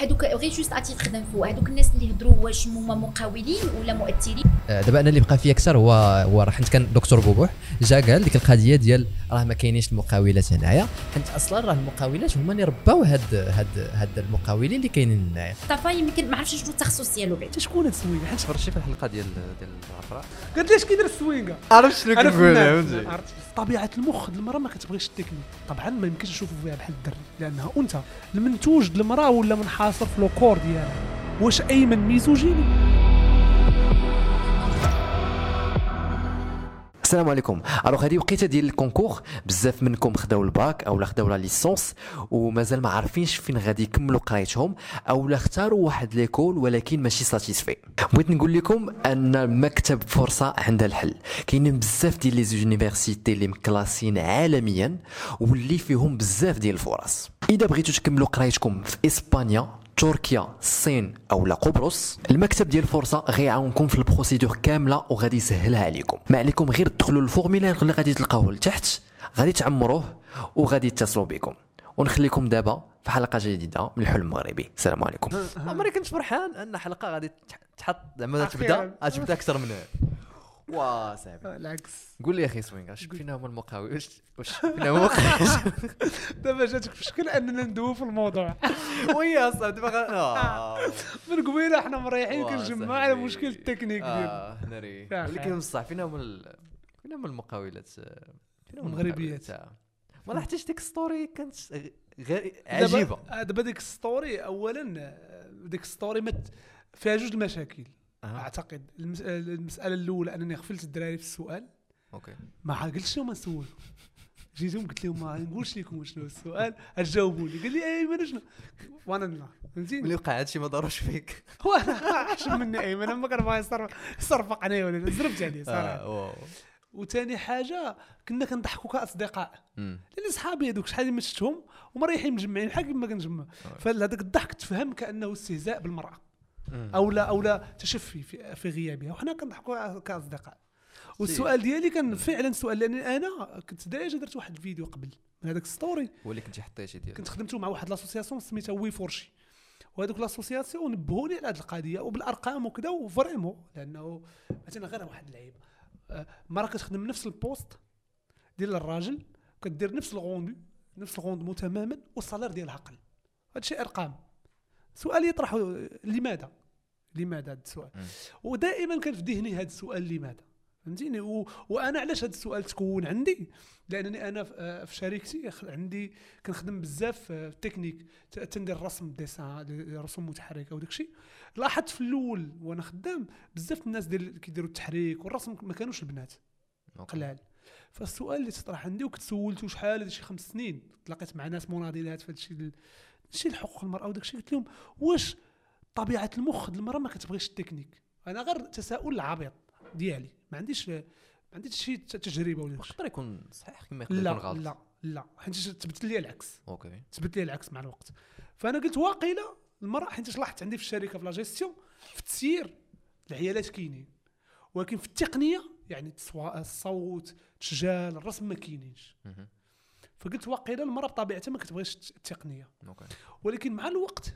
هادوك غير جوست اتيتر دانفو هادوك الناس اللي يهضروا واش هما مقاولين ولا مؤثرين. دابا انا اللي بقى فيا اكثر هو راه حيت كان دكتور بوبوح جا قال ديك القضيه ديال راه ما كاينينش المقاولات هنايا، حيت اصلا راه المقاولات هما اللي رباو هاد المقاولين اللي كاينين هنايا. طفاي يمكن ما عرفتش شنو التخصص ديالو بعدا. شكون هاد السوينغ؟ حيت خرجتي في الحلقه ديال العفراء قالت ليش كيدير السوينغ؟ عرفت شنو كنقول فهمتي. طبيعه المخ المراه ما كتبغيش التكنيك، طبعا ما يمكنش نشوفوا فيها بحال الدري لانها انثى. المنتوج المراه ولا منحاصر في لوكور ديالها. واش ايمن ميزوجيني؟ السلام عليكم. الوغ هذه وقيته ديال الكونكور، بزاف منكم خداو الباك او خداو لا ليسونس ومازال ما عارفينش فين غادي يكملوا قرايتهم او اختاروا واحد ليكول ولكن ماشي ساتيسفي. بغيت نقول لكم ان مكتب فرصه عندها الحل. كاينين بزاف ديال لي زونيفرسيتي اللي مكلاسين عالميا واللي فيهم بزاف ديال الفرص. اذا بغيتوا تكملوا قرايتكم في اسبانيا، تركيا، الصين او قبرص، المكتب ديال فرصه غيعاونكم في البروسيدور كامله وغادي يسهلها عليكم. ما عليكم غير تدخلوا الفورميلير اللي غادي تلقاوه لتحت، غادي تعمروه وغادي يتصلوا بكم. ونخليكم دابا في حلقه جديده من الحلم المغربي. السلام عليكم. عمري كنت فرحان ان حلقه غادي تحط زعما تبدا اكثر من واه صاحبي العكس. قول لي يا اخي سوينغ فين هما المقاول واش فين هما دابا جاتك في شكل اننا ندوي في الموضوع. ويا صاحبي دابا من قبيله احنا مريحين كنجمعوا على مشكل التكنيك ديال ناري. ولكن بصح فين هما المقاولات فين هما المغربيات. ما لاحظتيش ديك ستوري كانت غير عجيبه. دابا ديك ستوري اولا ديك ستوري فيها جوج المشاكل. اعتقد المساله الاولى انني غفلت الدراري في السؤال. اوكي ما قلتش لهم نسول، جيتهم قلت لهم ما نقولش لكم شنو السؤال، اجاوبوا لي. قال لي ايمن شنو وانا لا فهمتيني ملي وقع هادشي ما داروش فيك. وانا احسن مني ايمن ما كان باغي يصرفق عليا ولا زربت عليه صراحه. وثاني حاجه كنا كنضحكوا كاصدقاء لان صحابي هذوك شحال ما شفتهم ومريحين مجمعين بحال كيما كنجمع. فهذاك الضحك تفهم كانه استهزاء بالمراه او لا تشفي في غيابها، وحنا كنضحكوا كاصدقاء. والسؤال ديالي كان فعلا سؤال، لاني انا كنت ديجا درت واحد الفيديو قبل من هذاك ستوري هو اللي كنتي حطيتي ديالك. كنت خدمته مع واحد لاسوسياسيون سميتها وي فورشي، وهذوك لاسوسياسيون نبهوني على هذه القضيه وبالارقام وكذا وفريمون. لانه مثلا غير واحد اللعيبه مرة كتخدم نفس البوست ديال الراجل، كدير نفس الغوندمو تماما والصالير ديالها اقل. هادشي ارقام. سؤال يطرح لماذا هذا السؤال، ودائما كان في ذهني هذا السؤال لماذا، فهمتيني. وانا علاش هذا السؤال تكون عندي، لانني انا في شركتي عندي كنخدم بزاف في التكنيك، تندير الرسم ديسان رسوم متحركه وداك الشيء. لاحظت في الاول وانا خدام بزاف الناس كيديروا التحريك والرسم ما كانوش البنات قلال. فالسؤال اللي تطرح عندي وكنت سولته شحال، هذا شي 5 سنين تلاقيت مع ناس مناضلات في هذا الشيء الحقوق المراه وداك الشيء. قلت لهم واش طبيعه المخ المراه ما كتبغيش التكنيك؟ انا غير تساؤل العبيط ديالي، ما عنديش شي تجربه ولا يقدر يكون صحيح كما يقدر يكون غلط. لا حيت تثبت لي العكس. اوكي تثبت لي العكس مع الوقت. فانا قلت واقيلا المراه، حيت لاحظت عندي في الشركه في لا جيستيون في التسيير العيالات كاينين، ولكن في التقنيه يعني الصوت التسجيل الرسم ما كاينينش. فقلت واقيلا المراه بطبيعتها ما كتبغيش التقنيه. اوكي ولكن مع الوقت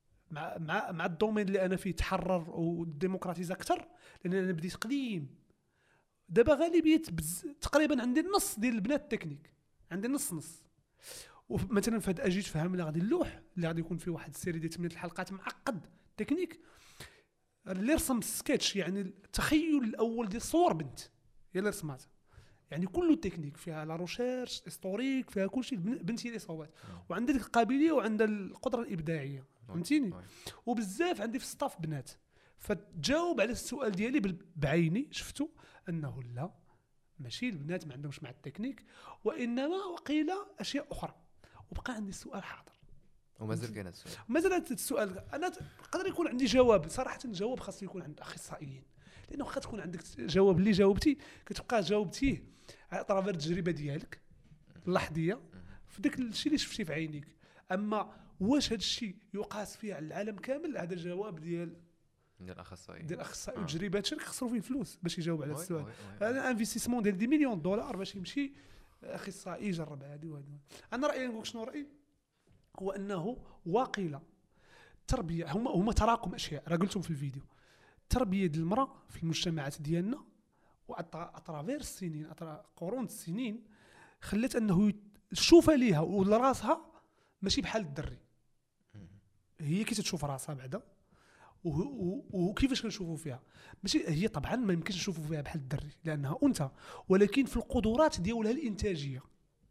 مع الدومين اللي انا فيه تحرر وديمقراطيزا اكثر، لان انا بديت قديم. دابا غالبيه تقريبا عندي النص ديال البنات التكنيك، عندي نص. ومثلا في هذا اجي تفهم اللي غادي اللوح اللي غادي يكون فيه واحد السيري ديال 8 الحلقات معقد تكنيك، اللي رسم سكتش يعني التخيل الاول ديال صور بنت هي اللي رسماتها، يعني كله تكنيك، فيها لا روشيرش هيستوريك، فيها كل شيء بنت هي اللي صوبات. وعندها ديك القابليه وعندها القدره الابداعيه، فهمتيني. وبزاف عندي في الصف بنات. فتجاوب على السؤال ديالي بعيني شفتوا انه لا، ماشي البنات ما عندهمش مع التكنيك، وانما وقيل اشياء اخرى. وبقى عندي السؤال حاضر ومازال كاين السؤال. مازال السؤال انا قدر يكون عندي جواب صراحه. الجواب خاص يكون عند اخصائيين، لانه خاص تكون عندك جواب اللي جاوبتي كتبقى جاوبتيه على طرافير التجربه ديالك اللحظيه في داك الشيء اللي شفتي في عينيك. اما واش هذا الشيء يقاس فيه على العالم كامل، هذا الجواب ديال الاخصائي والتجربات شركه خسروا فيه فلوس باش يجاوب على السؤال. هذا انفستيسمون ديال 2 مليون دولار باش يمشي اخصائي يجرب هذه وهذه. انا رايي نقول شنو رايي، هو انه واقيلا التربيه هما تراكم اشياء راه قلتهم في الفيديو. التربيه ديال المراه في المجتمعات ديالنا واترافير السنين قرون السنين خلت انه الشوفه ليها ولا راسها ماشي بحال الدري. هي كي تشوف راسها بعدا وكيفاش كنشوفوا فيها ماشي هي طبعا ما يمكنش نشوفوا فيها بحال الدري لانها انثى، ولكن في القدرات ديالها الانتاجيه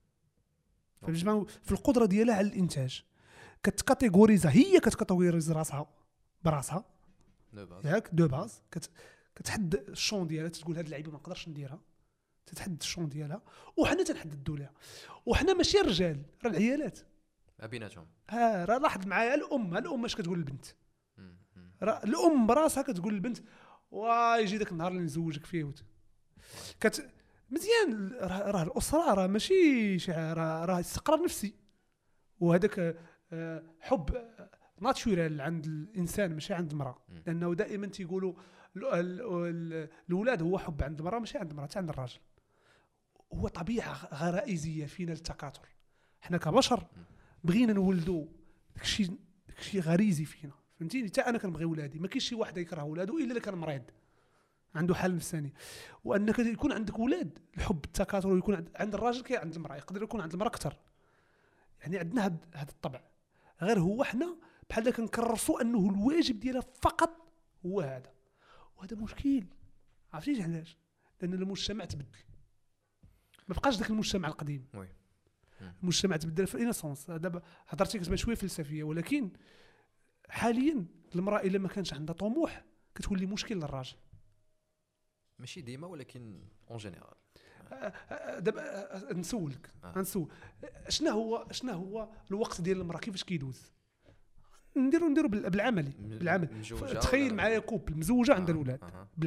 في القدره ديالها على الانتاج كتكاتيغوريزا. هي كتكاتيغوريز راسها براسها ياك دو باز كتحد الشون ديالها تقول هاد اللعيبه ما نقدرش نديرها، تتحدد الشون ديالها وحنا تنحددوا لها. وحنا ماشي الرجال راه العيالات بيناتهم. راه لاحظ معايا الام اش كتقول للبنت. راه الام براسها كتقول للبنت يجي داك النهار اللي نزوجك فيه مزيان. راه الاسره راه ماشي راه استقرار نفسي وهذاك حب ناتشورال عند الانسان ماشي عند المراه. لانه دائما تيقولوا الاولاد هو حب عند المراه ماشي عند المراه حتى عند الراجل. هو طبيعه غرائزيه فينا للتكاثر. حنا كبشر بغينا نولدوا داكشي غريزي فينا فهمتيني. حتى انا كنبغي ولادي، ما كاينش شي واحد يكره ولادو الا الا كان مريض عنده حاله نفسانيه. وانك يكون عندك ولاد الحب التكاثر يكون عند الراجل كي عند المراه، يقدر يكون عند المراه اكثر. يعني عندنا هذا الطبع، غير هو حنا بحال كنكرسوا انه الواجب ديالها فقط هو هذا. وهذا مشكل. عرفتي علاش؟ لان المجتمع تبدل، ما بقاش ذاك المجتمع القديم. المجتمع تبدل في الانسونس. دابا هضرتي كتبان شويه فلسفيه، ولكن حاليا المراه الا ما كانش عندها طموح كتولي مشكل للراجل. ماشي ديما ولكن اون جينيرال. دابا نسولك غنسول شنو هو الوقت ديال المراه كيفاش كيدوز؟ نديرو بالعملي. تخيل معايا كوبل مزوجه عندها الاولاد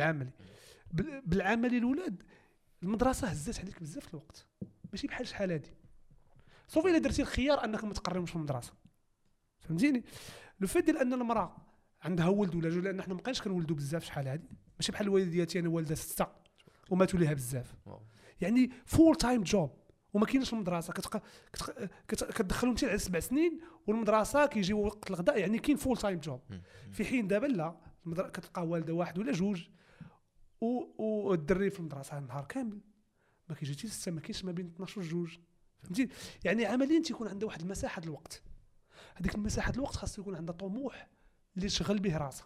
بالعملي الاولاد المدرسه هزات عليك بزاف الوقت، ماشي بحال شحال هادي. صوفي الا درتي الخيار انك ما تقريوش في المدرسه فهمتيني. لو فيت ديال ان المراه عندها ولد ولا جوج، لان حنا ما بقيناش كنولدوا بزاف شحال هادي، ماشي بحال والدياتي انا والده 6 وماتوا ليها بزاف. يعني فول تايم جوب وما كاينش المدرسه كتدخلهم حتى على 7 سنين والمدرسه كيجيو وقت الغداء. يعني كاين فول تايم جوب. في حين دابا لا كتلقى والده واحد ولا جوج والدري في المدرسه النهار كامل ما كيجي حتى 6 ما كاينش ما بين 12 و 2 فهمتي. يعني عمليا تيكون عنده واحد المساحه الوقت. هذيك المساحه الوقت خاص يكون عندها طموح اللي تشغل به راسها،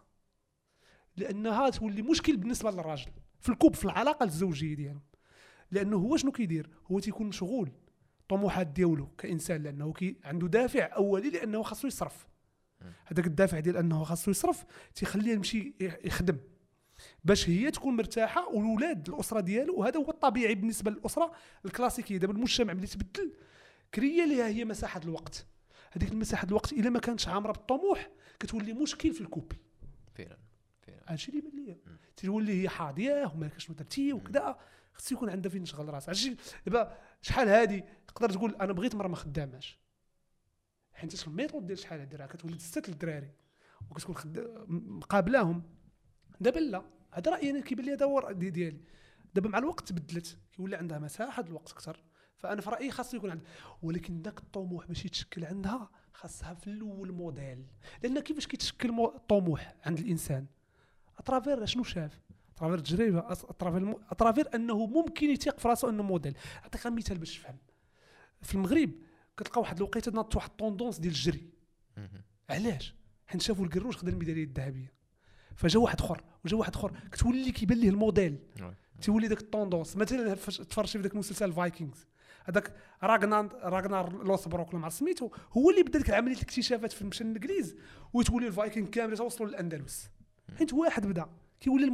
لانها تولي مشكل بالنسبه للراجل في الكوب في العلاقه الزوجيه ديالهم. لانه هو شنو كيدير؟ هو تيكون مشغول طموحات ديالو كانسان، لانه عنده دافع اولي لانه خاصو يصرف. هذاك الدافع ديال انه خاصو يصرف تيخليه يمشي يخدم باش هي تكون مرتاحه والاولاد الاسره ديالو. وهذا هو الطبيعي بالنسبه للاسره الكلاسيكيه. دابا المجتمع ملي تبدل كريا ليها هي مساحه الوقت. هذيك المساحه الوقت الا ما كانتش عامره بالطموح كتولي مشكل في الكوبل فعلا. هادشي اللي بان ليا. تولي هي حاضيه وما كاش ما درتي وكذا. خصو يكون عندها فين تشغل راسها. عرفتي دابا شحال هادي تقدر تقول انا بغيت مره ما خداماش، حيت الميثود ديال شحال هادي راه كتولي تستات للدراري وكتكون مقابلاهم. دابا لا، هذا رايي انا كيبان لي هذا هو ديالي. دابا مع الوقت تبدلت كيولي عندها مساحه الوقت اكثر. فانا في رايي خاص يكون عندها، ولكن داك الطموح باش يتشكل عندها خاصها في الاول موديل. لان كيفاش كيتشكل الطموح عند الانسان؟ اترافير شنو شاف؟ اترافير التجربه، اترافير انه ممكن يثيق في راسه انه موديل. نعطيك مثال باش تفهم. في المغرب كتلقى واحد الوقيته ناضت واحد الطوندونس ديال الجري. علاش؟ حيت شافوا الكروش خدا الميداليه الذهبيه، فجا واحد اخر كتولي كيبان ليه الموديل. تولي داك الطوندونس. مثلا تفرجتي في داك المسلسل فايكنجز، هذاك راغنار لوسبروك ولا ما سميتو، هو اللي بدا ديك العمليه الاكتشافات في مشى الانجليز وتولي الفايكنج كامل توصلوا للاندلس. حيت واحد بدا كيولي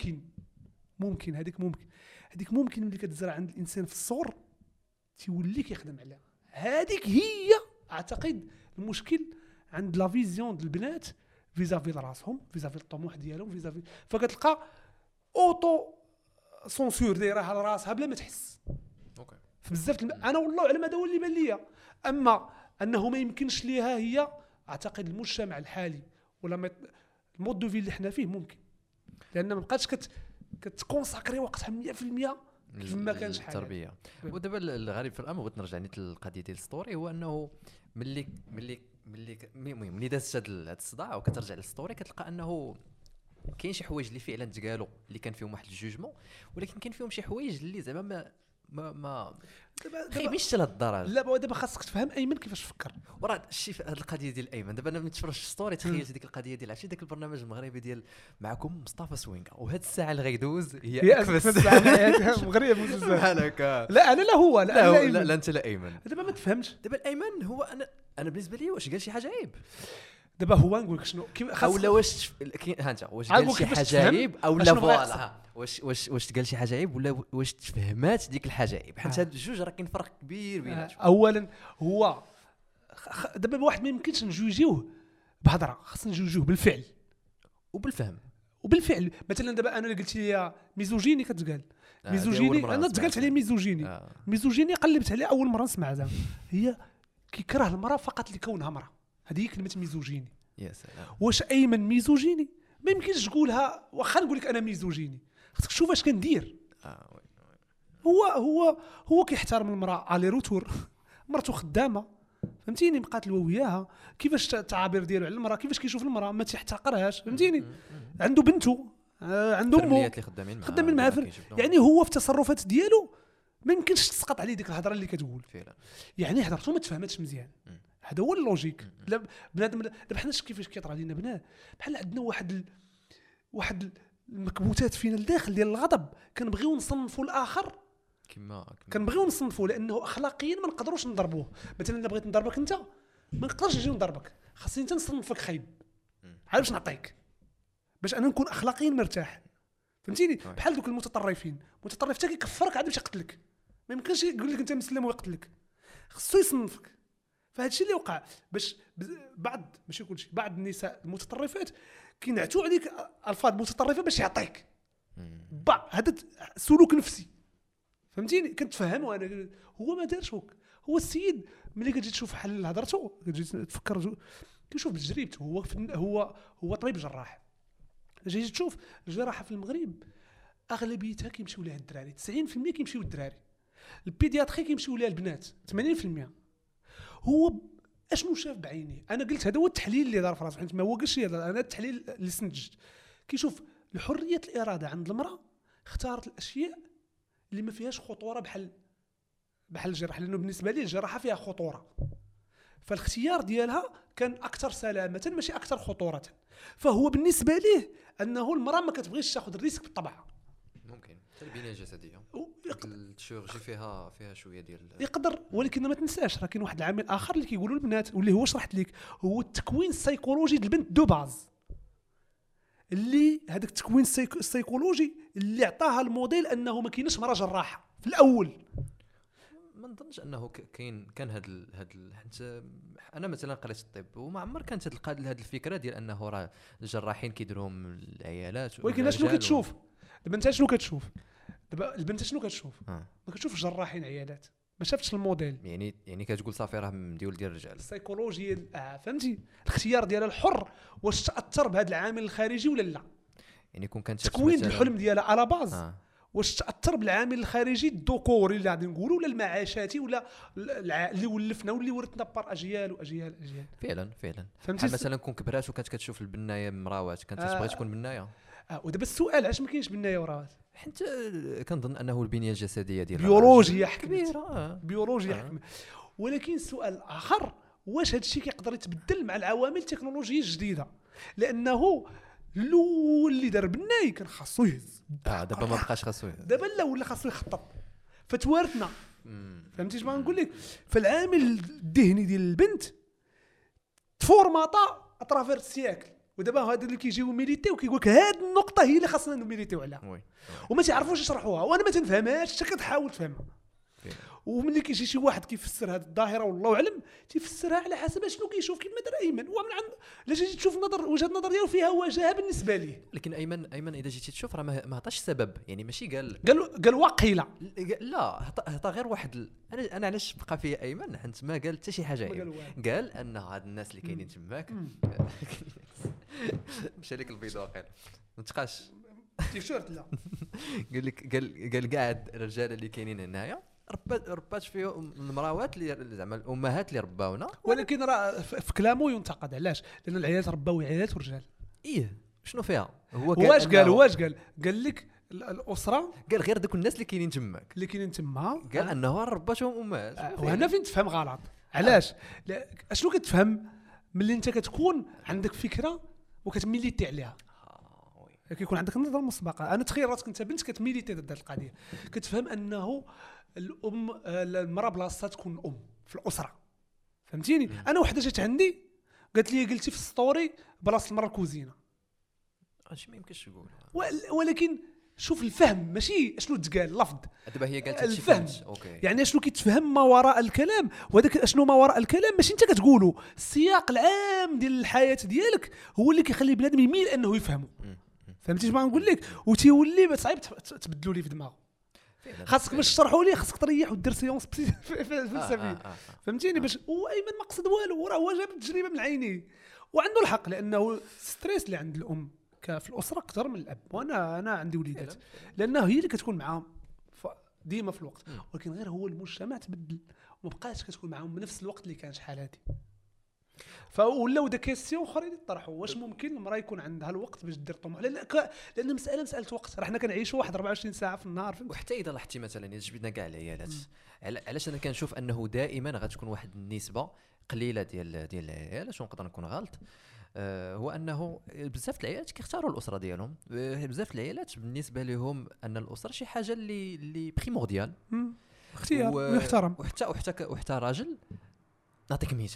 ممكن هذيك ملي كتزرع عند الانسان في الصغر تيولي كيخدم عليها. هذيك هي اعتقد المشكل عند لا فيزيون ديال البنات فيزافي راسهم، فيزافي الطموح ديالهم، فيزافي فكتلقى اوتو سونسور دايرها لراسها بلا ما تحس. اوكي بزاف انا والله على هذا هو اللي بان ليا. اما انه ما يمكنش ليها هي، اعتقد المجتمع الحالي ولا المود دو في اللي حنا فيه ممكن، لان ما بقاتش كتكونساكري وقتها 100% كيف ما كانش حال التربيه. ودابا الغريب في الامر بغيت نرجع للقضيه ديال السطوري، هو انه ملي ملي دازت هذا الصداع وكترجع للستوري كتلقى انه كاين شي حوايج اللي فعلا تقالوا اللي كان فيهم واحد الجوجمون، ولكن كاين فيهم شي حوايج اللي زعما ما خايبينش لهاد الدرجه. لا دابا خاصك تفهم ايمن كيفاش فكر. وراه الشيء في هذه القضيه ديال ايمن. دابا انا ملي تفرجت في ستوري تخيلت ديك القضيه ديال عرفتي داك البرنامج المغربي ديال معكم مصطفى سوينكا، وهاد الساعه اللي غيدوز هي اكفس ساعه المغرب بحال هكا. لا انا لا هو لا انت لا ايمن. دابا ما تفهمش. دابا الايمن هو انا بالنسبه لي واش قال شي حاجه عيب دابا هو نقول لك شنو او لا واش ها انت واش قال شي حاجه عيب او لا فوالا واش قال شي حاجه عيب ولا واش تفهمات ديك الحاجه عيب، حيت هاد الجوج راه كاين فرق كبير بيناتهم. اولا هو دابا واحد ما يمكنش نجوجيوه بهضره، خاصنا نجوجيوه بالفعل وبالفعل. مثلا دابا انا اللي قلت لي ميزوجيني كتقال ميزوجيني، انا تقالت عليه ميزوجيني. ميزوجيني قلبت عليه اول مره نسمع زعما هي كيكره المراه فقط لكونها مراه، هذه هي كلمه ميزوجيني. يا سلام. واش ايمن ميزوجيني؟ ما يمكنش تقولها. واخا نقول لك انا ميزوجيني خاصك تشوف اش كندير. هو كيحترم المراه الي روتور، مرته خدامه فهمتيني، مقاتلوا وياها، كيفاش التعابير ديالو على المراه، كيفاش كيشوف المراه ما تيحتقرهاش فهمتيني. عنده بنته عنده امه خدامين معاه، يعني هو في التصرفات ديالو ما يمكنش تسقط عليه ديك الهضره اللي كتقول فعلا، يعني هضرته ما تفهمتش مزيان. هذا هو اللوجيك. لا بنادم دابا حنا كيفاش كيطرى لينا بنات بحال عندنا واحد المكبوتات فينا الداخل ديال الغضب، كنبغيو نصنفوا الاخر كما كنبغيو نصنفوا لانه اخلاقيا ما نقدروش نضربوه. مثلا الا بغيت نضربك انت ما نقدرش نجي نضربك، خاصني انت نصنفك خايب، عارف باش نعطيك باش انا نكون اخلاقيا مرتاح فهمتيني. بحال دوك المتطرفين حتى كيكفرك عاد باش يقتلك، ما يمكنش يقول لك انت مسلم ويقتلك، خصو يصنفك. فهذا الشيء اللي وقع باش بعض ماشي كلشي، بعض النساء المتطرفات كينعتوا عليك الفاظ متطرفه باش يعطيك هذا سلوك نفسي فهمتيني. كنتفهموا انا هو ما دارش هو السيد ملي كتجي تشوف حل هضرته كتجي تفكر كيشوف بتجربته. هو طبيب جراح. جيت تشوف الجراحه في المغرب اغلبيتها كيمشيو لها الدراري، 90% كيمشيو للدراري. البيدياتري كيمشيو لها البنات 80%. هو اشنو شاف بعينيه؟ انا قلت هذا هو التحليل اللي دار في راسه، حيت ما هو قالش انا التحليل اللي سنجت. كيشوف الحريه الاراده عند المراه، اختارت الاشياء اللي ما فيهاش خطوره بحال الجراحه، لانه بالنسبه لي الجراحه فيها خطوره، فالاختيار ديالها كان اكثر سلامه ماشي اكثر خطوره. فهو بالنسبه ليه انه المراه ما كتبغيش تاخذ الريسك بالطبع. ممكن حتى البنيه الجسديه الشيرجي فيها شويه ديال يقدر، ولكن ما تنساش راه كاين واحد العامل اخر اللي كيقولوا البنات واللي هو شرحت لك، هو التكوين السيكولوجي ديال البنت دو باز، اللي هذاك التكوين السيكولوجي اللي عطاها الموديل انه ما كاينش مراه جراحه في الاول. ما نظنش انه كان هاد حتى انا مثلا قريت الطب وما عمر كانت هاد الفكره ديال انه راه الجراحين كيديروهم العيالات. ولكن شنو كتشوف دابا انت؟ شنو كتشوف دابا البنت؟ شنو كتشوف؟ ما كتشوفش جراحين عيالات، ما شافتش الموديل. يعني كتقول صافي راه مديول ديال الرجال. السيكولوجيا فهمتي، الاختيار ديالها الحر واش تاثر بهذا العامل الخارجي ولا لا؟ يعني كون كانت تكوين الحلم ديالها على باز واش تاثر بالعامل الخارجي الذكوري اللي غادي نقولوا ولا المعاشاتي ولا اللي ولفنا واللي ورثنا بار اجيال واجيال. فعلا فهمتي. مثلا كون كبرات وكانت كتشوف البنايه مراوات كانت تبغي تكون بنايه. ودابا السؤال علاش ما كاينش بنايه وراوات؟ حيت كنظن انه البنيه الجسديه ديال بيولوجيا كبيره بيولوجيا ولكن سؤال اخر، واش هذا الشيء كيقدر يتبدل مع العوامل التكنولوجيه الجديده؟ لانه الاول اللي دار بناي كان خاصو يهز دابا ما بقاش خاصو يهز، دابا لا ولا خاصو يخطط، فتوارثنا. فهمتي اش بغا نقول لك؟ فالعامل الذهني ديال البنت تفورماطا اترافير السياكل، ودابا هذا اللي كيجيو ميليتيو كيقول لك هذه النقطه هي اللي خاصنا نميليتيو عليها وما تعرفوش يشرحوها، وانا ما تنفهمهاش حتى كتحاول تفهمها. وملي كيجي شي واحد كيفسر هذه الظاهره والله اعلم تيفسرها على حسب شنو كيشوف، كما دار ايمن. ومن عند لا جيتي تشوف وجهه النظر ديالو فيها وجهه بالنسبه ليه. لكن ايمن اذا جيتي تشوف راه ما عطاش سبب، يعني ماشي قال وقيله، لا عطا غير واحد. انا علاش بقى فيا ايمن حيت ما قال حتى شي حاجه. قال ان هاد الناس اللي كاينين تماك مشى لك البيض واقيلا ما تقاش تيشيرت لا قال لك قال كاع الرجال اللي كاينين هنايا ربات فيهم المراوات اللي زعما الامهات اللي رباونا. ولكن راه في كلامه ينتقد. علاش؟ لان العيالات رباو عيالات ورجال. شنو فيها؟ هو واش قال لك الاسره قال غير دوك الناس اللي كاينين تماك، اللي كاينين تما، قال انه رباتهم امهات. وهنا فين تفهم غلط. علاش؟ اشنو كتفهم ملي انت كتكون عندك فكره وكتميليتي عليها؟ كيكون عندك النظره المسبقه. انا تخيل راسك انت بنت كتميليتي ضد هذه القضيه، كتفهم انه المراه بلاصتها تكون في الاسره. فهمتيني؟ انا وحده جات عندي قالت لي قلتي في الستوري بلاصه المراه الكوزينه. هادشي ما يمكنش تقول. ولكن شوف الفهم ماشي اشنو تقال اللفظ. دابا هي قالت الفهم. اوكي، يعني اشنو كيتفهم ما وراء الكلام، وهذاك اشنو ما وراء الكلام ماشي انت كتقوله. السياق العام ديال الحياه ديالك هو اللي كيخلي بنادم يميل انه يفهمه. فهمتي اش بغا نقول لك؟ وتيولي صعيب تبدلوا لي في دماغه. خاصك باش تشرحوا لي خاصك تريح ودير سيونس فلسفيه. فهمتيني؟ باش هو ايمن ما قصد والو، راه هو جاب التجربه من عينيه وعنده الحق، لانه ستريس اللي عند الام في الاسره اكثر من الاب. وانا عندي وليدات لانه هي اللي كتكون معاهم ديما في الوقت، ولكن غير هو المجتمع تبدل وما بقاش كتكون معاهم بنفس الوقت اللي كان شحال هادي. فولاو دا كيسيون اخرين يطرحوا، واش ممكن المراه يكون عندها الوقت باش دير طموح؟ لان مساله وقت. راه حنا كنعيشوا واحد 24 ساعه في النهار. وحتى اذا لاحظتي مثلا اذا جبدنا كاع العيالات، علاش انا كنشوف انه دائما غتكون واحد النسبه قليله ديال العيالات، ونقدر نكون غلط، هو انه بزاف العيالات كيختاروا الاسره ديالهم. بزاف العيالات بالنسبه لهم ان الاسره شي حاجه اللي بريمورديال، اختيار ويحترم. وحتى راجل. نعطيك مثال،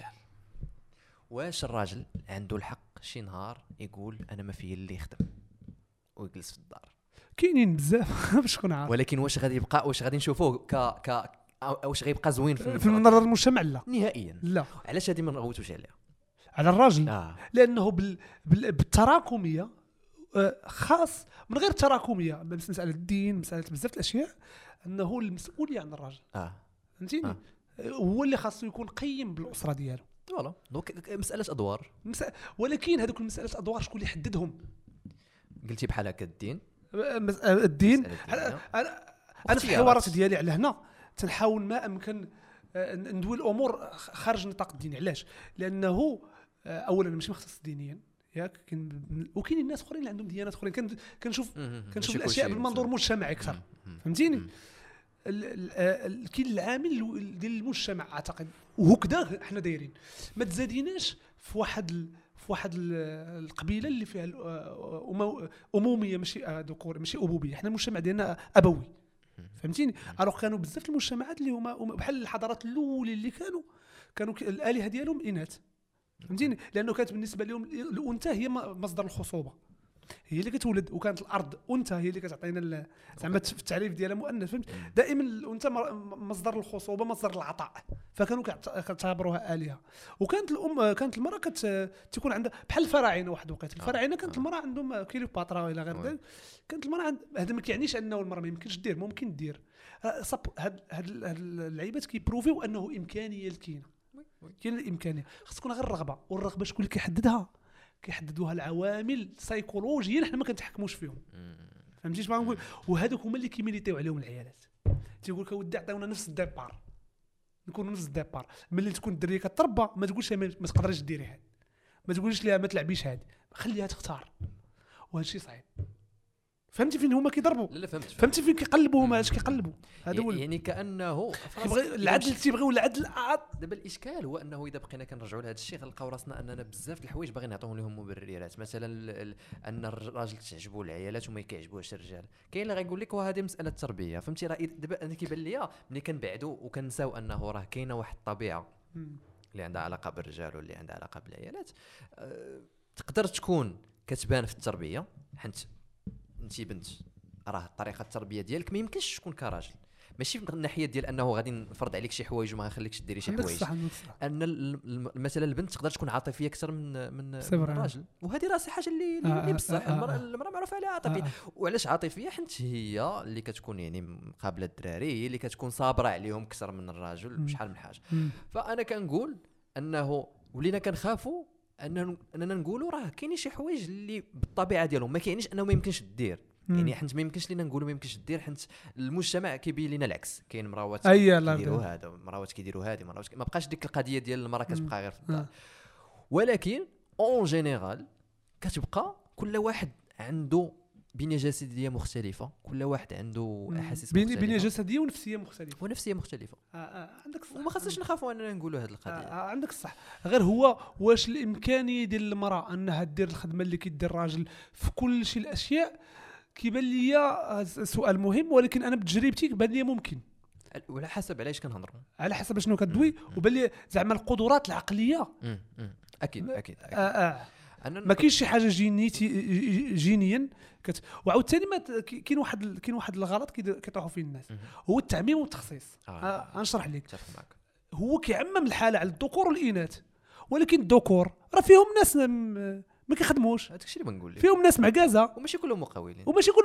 واش الراجل عنده الحق شي نهار يقول انا ما فيا اللي يخدم ويجلس في الدار؟ كاينين بزاف باش تكون عارف. ولكن واش غادي نشوفوه واش غيبقى زوين في نظر المجتمع؟ لا نهائيا لا. علاش هذه ما نغوتوش عليها على الراجل؟ لانه بالتراكميه، خاص من غير التراكميه، مساله الدين، مساله بزاف الاشياء، انه المسؤوليه عن الراجل. فهمتيني؟ هو اللي خاصو يكون قيم بالاسره ديالو. فوالا دونك مساله ادوار. ولكن هذوك المساله ادوار شكون اللي يحددهم؟ قلتي بحال هكا الدين. انا في الحوارات ديالي على هنا تنحاول ما امكن ندوي الامور خارج نطاق الدين. علاش؟ لانه اولا ماشي مختص دينيا ياك، وكاين الناس اخرين اللي عندهم ديانات اخرين. كنشوف الاشياء بالمنظور المجتمعي اكثر. فهمتيني؟ كاين العامل ديال المجتمع اعتقد، وهكذا حنا دايرين. ما تزاديناش في واحد القبيله اللي فيها اموميه ماشي ذكوريه ماشي ابوبيه. حنا المجتمع ديالنا ابوي. فهمتيني؟ الوغ كانوا بزاف المجتمعات اللي هما بحال الحضارات الاولى اللي كانوا الالهه ديالهم اناث. فهمتيني؟ لانه كانت بالنسبه لهم الانثى هي مصدر الخصوبه، هي اللي كتولد، وكانت الارض انثى هي اللي كتعطينا زعما في التعريف ديالها مؤنث. فهمت؟ دائما الانثى مصدر الخصوبه، مصدر العطاء، فكانوا كيعتبروها الهه. وكانت كانت المراه تكون عندها بحال الفراعنه. واحد الوقت الفراعنه كانت المراه عندهم كليوباترا الى غير ذلك. كانت المراه هذا ما كيعنيش انه المراه ما يمكنش دير، ممكن دير. هاد اللعيبات كيبروفيو انه امكانيه الكينه، كاين الامكانيه. خص تكون غير الرغبه، والرغبه شكون اللي كيحددها؟ كيحددوها العوامل سيكولوجيه حنا ما كنتحكموش فيهم. فهمتي اش بغا نقول؟ وهذوك هما اللي كيميليتيو عليهم العيالات. تيقول لك اودي عطيونا نفس الديبار، نكونوا نفس الديبار. ملي تكون الدريه كتربى ما تقولش ما تقدريش ديري هذه، ما تقوليش ليها ما تلعبيش هذه، خليها تختار. وهذا الشيء صعيب. فهمتي فين هما كيضربوا؟ لا فهمتي فين كيقلبوا هما؟ اش كيقلبوا؟ هذا هو يعني كانه العدل تيبغيو العدل. دابا الاشكال هو انه اذا بقينا كنرجعوا لهذا الشيء غنلقاو راسنا اننا بزاف د الحوايج باغيين نعطيهم لهم مبررات. مثلا ان الراجل تعجبوا العيالات وما كيعجبوهاش الرجال. كاين اللي غيقول لك وهذه مساله تربيه. فهمتي؟ راه دابا انا كيبان ليا ملي كنبعدوا وكنساو انه راه كاينه واحد الطبيعه اللي عندها علاقه بالرجال واللي عندها علاقه بالعيالات. تقدر تكون كتبان في التربيه، حيت انت بنت راه طريقه التربيه ديالك ما يمكنش تكون كراجل. ماشي من الناحيه ديال انه غادي نفرض عليك شي حوايج وما غنخليكش ديري شي حوايج. ان مثلا البنت تقدر تكون عاطفيه اكثر من الراجل، وهذه راه حاجه اللي بصح. المراه معروفه عليها عاطفيه. وعلاش عاطفيه؟ حيت هي اللي كتكون يعني مقابله الدراري، هي اللي كتكون صابره عليهم اكثر من الراجل بشحال من حاجه. فانا كنقول انه ولينا كنخافوا اننا نقولوا راه كاينين شي حوايج اللي بالطبيعه ديالهم ما كاينينش انه ما يمكنش دير. يعني حنت ما يمكنش لينا نقولوا ما يمكنش دير، حنت المجتمع كيبين لنا العكس. كاين مراوات كيديروا هذا، مراوات كيديروا هذه، مراوات ما بقاش ديك القضيه ديال المراه كتبقى غير في الدار. ولكن اون جينيرال كتبقى كل واحد عنده بنيه جسديه مختلفه، كل واحد عنده احاسيس مختلفه، بنيه جسديه ونفسيه مختلفه. عندك الصح، وما خاصناش نخافوا اننا نقولوا هذه القضيه. عندك الصح. غير هو واش الامكانيه ديال المراه انها دير الخدمه اللي كيدير الراجل في كل شيء الاشياء؟ كيبان لي سؤال مهم، ولكن انا بتجربتي كيبان لي ممكن، وعلى حسب علاش كنهضروا، على حسب شنو كدوي. وبان لي زعما القدرات العقليه اكيد ما كاينش شي حاجه جينيا وعاوتاني كاين واحد الغلط كيطيحوا فيه الناس، هو التعميم والتخصيص. غنشرح لك. هو كيعمم الحاله على الذكور والاناث، ولكن الذكور راه فيهم ناس ما كيخدموش، هذاك الشيء اللي بنقول لك، فيهم ناس معكازه وماشي كلهم مقاولين،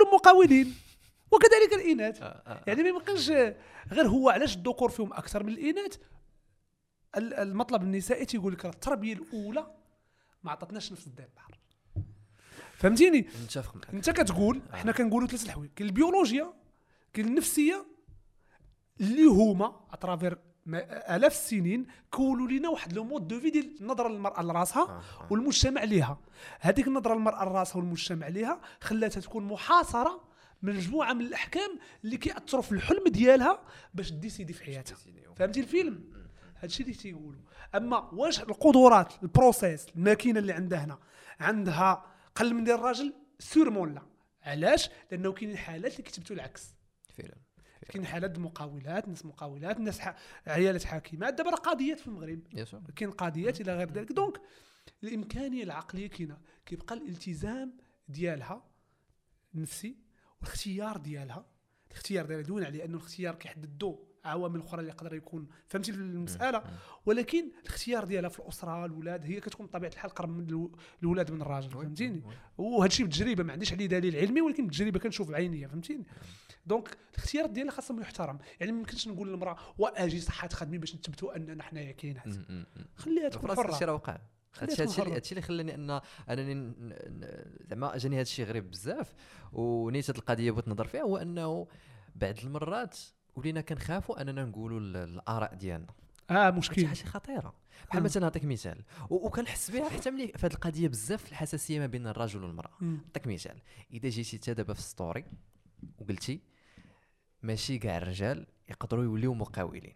وكذلك الاناث. يعني ما يمكنش غير هو علاش الذكور فيهم اكثر من الاناث. المطلب النسائي تيقول لك التربيه الاولى ما عطاتناش نفس الديبار، فهمتيني؟ نتفق معك. انت كتقول احنا كنقولوا ثلاث الحوايج، كاين البيولوجيا، كاين النفسيه، اللي هما اترافير الاف السنين كونوا لنا واحد لو مود دو في ديال النظره للمراه لراسها والمجتمع ليها. هذيك النظره للمراه لراسها والمجتمع ليها خلاتها تكون محاصره من مجموعه من الاحكام اللي كيأثروا في الحلم ديالها باش ديسيدي في حياتها. فهمتي الفيلم؟ هادشي اللي تيقولوا. اما واش القدرات البروسيس الماكينه اللي عندها هنا عندها قل من ديال الراجل؟ سورمون لا. علاش؟ لانه كاين حالات اللي كتبتوا العكس فعلا. كاين حالات المقاولات، ناس عيالات حاكمات. دابا راه قضيات في المغرب، كاين قضيات الى غير ذلك. دونك الامكانيه العقليه كاينه، كيبقى الالتزام ديالها النفسي والاختيار ديالها. دوينا عليه انه الاختيار كيحددوا عوامل اخرى اللي يقدر يكون، فهمتي المساله؟ ولكن الاختيار ديالها في الاسره، الاولاد، هي كتكون بطبيعه الحال قرب من الاولاد من الراجل، فهمتيني؟ وهذا الشيء بالتجربه، ما عنديش عليه دليل علمي، ولكن بالتجربه كنشوف بعينيا، فهمتيني؟ دونك الاختيار ديالها خاصه يحترم. يعني ما يمكنش نقول للمراه واجي صحه خدمي باش نثبتوا اننا حنايا كاينات. خليها تكون حره. هادشي راه وقع. هادشي اللي خلاني انني زعما جاني هادشي غريب بزاف، ونيت هاد القضيه بغيت نهضر فيها. هو انه بعض المرات ولينا كنخافوا اننا نقولوا الاراء ديالنا. مشكل، حاجه خطيره. بحال مثلا نعطيك مثال، وكنحس بها حتى ملي في هذه القضيه بزاف الحساسيه ما بين الرجل والمراه. نعطيك مثال، اذا جيتي انت دابا في ستوري وقلتي ماشي كاع الرجال يقدروا يوليو مقاولين،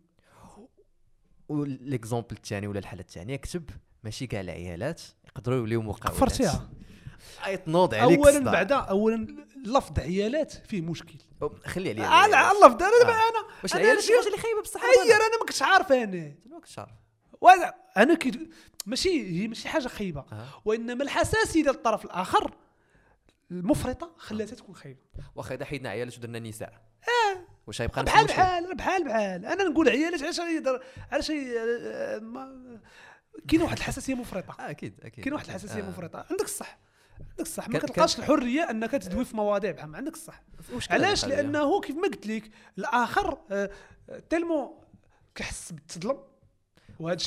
والاكزامبل الثاني ولا الحاله الثانيه كتب ماشي كاع العيالات يقدروا يوليو مقاولات، كفرتيها. تنوض عليك اولا لفظ عيالات فيه مشكل. خلي عليا على اللفظ دابا. انا واش العيالات شي حاجه اللي خايبه بصح؟ انا ما كنتش عارف. انا هي ماشي حاجه خايبه، وانما الحساسيه ديال الطرف الاخر المفرطه خلاتها تكون خايبه. واخا اذا حيدنا عيالات ودرنا نساء واش غيبقى بحال انا نقول عيالات علاش كاين واحد الحساسيه مفرطه. اكيد كاين واحد الحساسيه مفرطه. عندك الصح ما كتلقاش الحريه انك تدوي في مواضيع بحال. عندك الصح. علاش؟ لانه كيف ما قلت لك الاخر تلمو كيحس بالتظلم، وهذا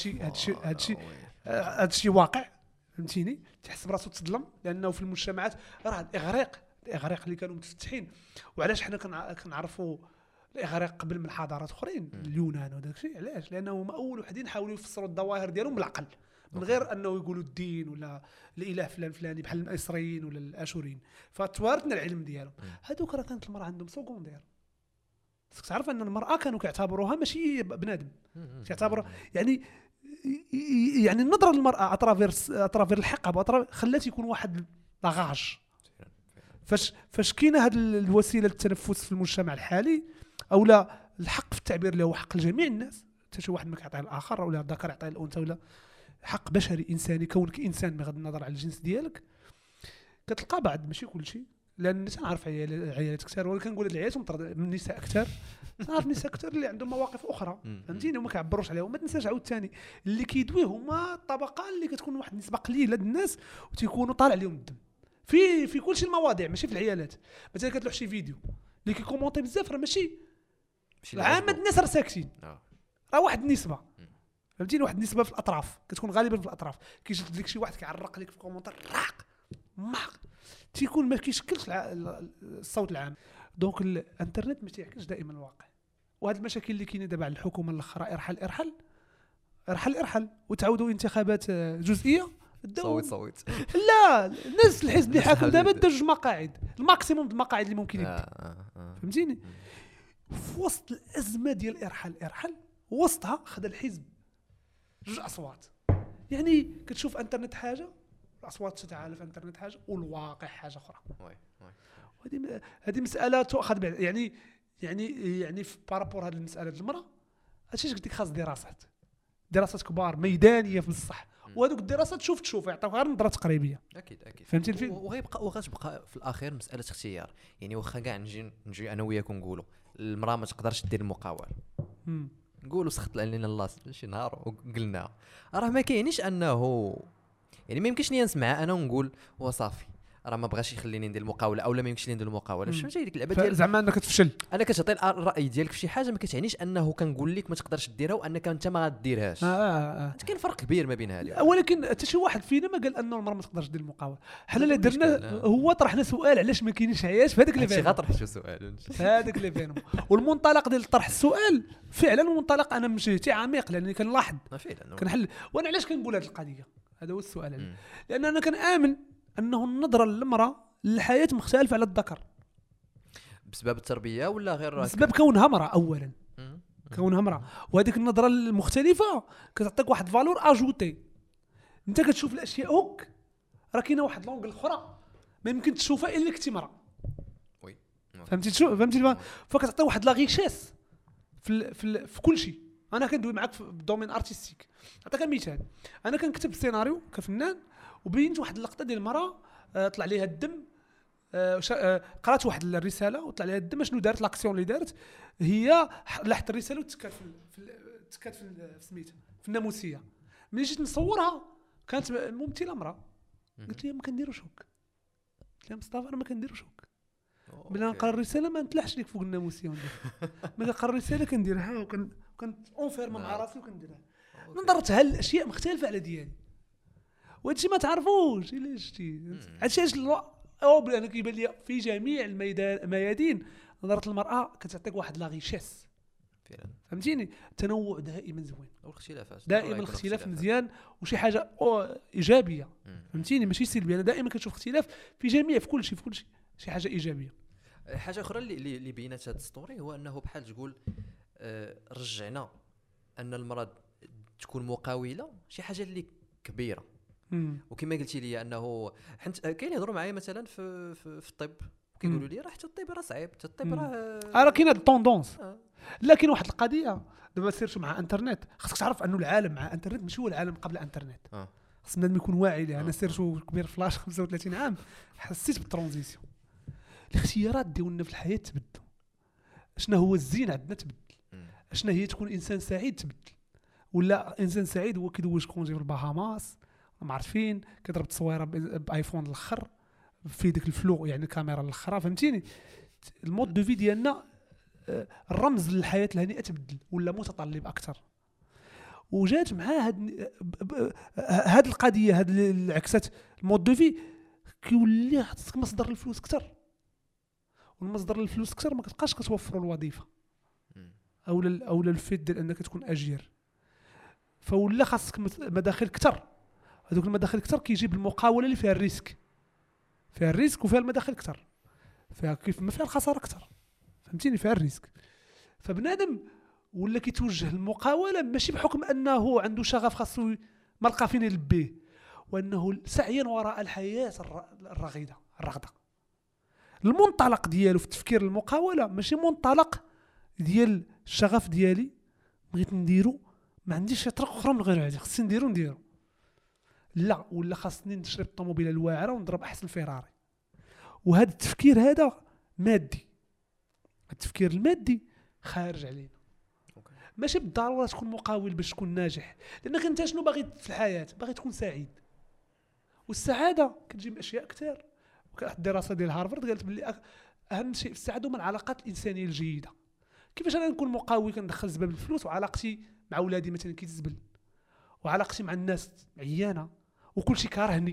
الشيء واقع، فهمتيني؟ تحس براسو تظلم، لانه في المجتمعات راه الاغريق اللي كانوا متفتحين. وعلاش حنا كنعرفوا الاغريق قبل من حضارات اخرين، اليونان وداك الشيء؟ علاش؟ لانه هما اول وحدين حاولوا يفسروا الظواهر ديالهم بالعقل، من غير انه يقولوا الدين ولا الاله فلاني بحال المصريين ولا الاشوريين. فتوارثنا العلم ديالهم. هذوك راه كانت المراه عندهم سكوندير. خصك تعرف ان المراه كانوا كيعتبروها ماشي بنادم، كيعتبروا يعني النظره للمراه اترافير الحقب خلات يكون واحد لاغاج. فاش كاينه هذه الوسيله للتنفس في المجتمع الحالي، او لا الحق في التعبير اللي هو حق لجميع الناس، حتى شي واحد ما كيعطيه الاخر، ولا الذكر يعطيه الانثى، ولا حق بشري انساني كونك انسان بغض النظر على الجنس ديالك. كتلقى بعض، ماشي كل شيء، لان تنعرف عيالات كثار، ولا كنقول هاد العيالات من النساء كثار. نعرف نساء كثار اللي عندهم مواقف اخرى، فهمتيني، وما كيعبروش عليها. وما تنساش عاوتاني اللي كيدوي هما الطبقه اللي كتكون واحد النسبه قليله د الناس وتيكونوا طالع عليهم الدم في كل شيء المواضيع، ماشي في العيالات. مثلا كتلوح شي فيديو اللي كيكومونتي بزاف، راه ماشي عامه الناس راه ساكتين، راه واحد النسبه، فهمتيني، واحد النسبه في الاطراف، كتكون غالبا في الاطراف. كيجي لك شي واحد كيعرق لك في كومونتير راق تيكون ما كيشكلش الصوت العام. دونك الانترنت ما تيعكسش دائما الواقع. وهاد المشاكل اللي كاينه دابا على الحكومه الاخرى ارحل وتعاودوا انتخابات جزئيه صوت لا نفس الحزب اللي حاكم دابا دا 2 مقاعد الماكسيموم د المقاعد اللي ممكن يدي. فهمتيني؟ في وسط الازمه ديال ارحل وسطها خد الحزب 2 اصوات. يعني كتشوف انترنت حاجه، الاصوات تتعالف، انترنت حاجه والواقع حاجه اخرى. هذه مساله تؤخذ يعني في بارابور هذه المساله ديال المراه، هادشي قلت لك خاص دراسات كبار ميدانيه في الصح. وهذوك الدراسات تشوف يعطيوك غير نظره تقريبيه. اكيد فهمتي الفيلم؟ وغتبقى في الاخير مساله اختيار. يعني واخا كاع نجي انا وياك نقولوا المراه ما تقدرش دير المقاوله، نقولوا سخط علينا الله شي نهار وقلنا راه ما كاينش انه يعني ما يمكنش لي نسمع انا ونقول وصافي راه ما بغاش يخليني ندير المقاوله اولا ما يمكنش لي ندير المقاوله. باش فهمتي ديك اللعبه ديال زعما انك تفشل. انا كتعطي الراي ديالك في شي حاجه ما كتعنيش انه كنقول لك ما تقدرش ديرها وانك انت ما غاديرهاش. كاين فرق كبير ما بين هذه. ولكن حتى شي واحد فينا ما قال انه المراه ما تقدرش دير المقاوله. حنا اللي درنا هو طرحنا سؤال علاش ما كاينينش عياش في هذاك اللي فين غطرح شو سؤال هذاك اللي فين. والمنطلق ديال طرح السؤال فعلا منطلق انا مشيتي عميق لاني كنلاحظ كنحل. وانا علاش كنقول هذه القضيه؟ هذا هو السؤال. لان انا كنآمن انه النظره للمراه للحياه مختلفه على الذكر بسبب التربيه ولا غير بسبب كونها امراه. اولا كونها امراه، وهذيك النظره المختلفه كتعطيك واحد فالور اجوتي. انت كتشوف الاشياء هوك، راه كاينه واحد لونغل اخرى ما يمكن تشوفها الا كنتي مراه. وي فهمتي فكتعطي واحد لا غيشيس في كل شيء. انا كندوي معاك في الدومين ارتستيك. نعطيك مثال، انا كنكتب السيناريو كفنان وبينت واحد اللقطه ديال المراه طلع ليها الدم، قرات واحد الرساله وطلع ليها الدم. شنو دارت لاكسيون اللي دارت؟ هي لاحت الرساله وتكات في سميتها في الناموسيه. ملي جيت نصورها كانت ممثله امراه. قلت لها ما كنديروش هوك. قلت لها مصطفى انا ما كنديروش هوك. بلا نقرا الرساله ما نطلعش لك فوق الناموسيه وندير. ملي نقرا الرساله كنديرها وكنت اونفيرم مع راسي وكنديرها. نظرتها للاشياء مختلفه على ديالي. وهادشي ما تعرفوش الا شتي. هادشي علاش انا كيبان لي في جميع الميادين نظره المراه كتعطيك واحد لا غيشيس فعلا. فهمتيني؟ التنوع دائما زوين والاختلافات دائما الاختلاف مزيان وشي حاجه ايجابيه. فهمتيني؟ ماشي سلبيه. انا دائما كنشوف اختلاف في كل شيء شي حاجه ايجابيه. حاجه اخرى اللي بينات هذا ستوري هو انه بحال تقول رجعنا ان المراه تكون مقاوله شي حاجه اللي كبيره. وكما قلتي لي انه حنت كاين يهضروا معايا مثلا في الطب كيقولوا لي راه حتى الطب راه صعيب، حتى الطب راه كاين هاد الطوندونس. لكن واحد القضيه دابا سيرتو مع انترنت، خاصك تعرف انه العالم مع انترنت ماشي هو العالم قبل انترنت. خاص بنادم يكون واعي ليه. انا سيرتو كبير فلاش 35 عام حسيت بالترانزيسيون. الاختيارات ديالنا في الحياه تبدلوا. شنو هو الزين عندنا تبدل. شنو هي تكون انسان سعيد تبدل. ولا انسان سعيد هو كيدوز كونجي في الباهاماس ما عرفت فين كيضرب تصويره بايفون الاخر في ديك الفلو يعني الكاميرا الاخرى. فهمتيني؟ المود دو في ديالنا الرمز للحياه الهنيئه تبدل ولا متطلب اكثر. وجات مع هاد القضيه هاد اللي عكست المود دو في كيولي خصك مصدر الفلوس اكثر. والمصدر الفلوس اكثر ما كتبقاش كتوفروا الوظيفه او الفيت ديال انك تكون اجير. فولا خاصك مداخل اكثر. هذوك المداخل اكثر كيجيب المقاوله اللي فيها الريسك وفيها المداخل اكثر. فيها كيف ما فيها الخساره اكثر. فهمتيني؟ فيها الريسك. فبنادم ولا كيتوجه المقاوله ماشي بحكم انه عنده شغف خاصو ما لقى فين يلبيه، وانه سعيا وراء الحياه الرغده. المنطلق ديالو في التفكير المقاوله ماشي منطلق ديال الشغف ديالي بغيت نديرو ما عنديش طريق اخرى من غير هذه خصني نديرو لا، ولا خاصني نشري الطوموبيله الواعره ونضرب احسن فيراري. وهذا التفكير هذا مادي. التفكير المادي خارج علينا. ماشي بالضروره تكون مقاول باش تكون ناجح، لانك انت شنو باغي في الحياه؟ باغي تكون سعيد. والسعاده كتجيب اشياء كثير. واحد الدراسه ديال هارفارد قالت بلي اهم شيء في السعاده هما العلاقات الانسانيه الجيده. كيفاش انا نكون مقاول كندخل زباب الفلوس وعلاقتي مع ولادي مثلا كيتزبل، وعلاقتي مع الناس عيانه وكل شيء كارهني،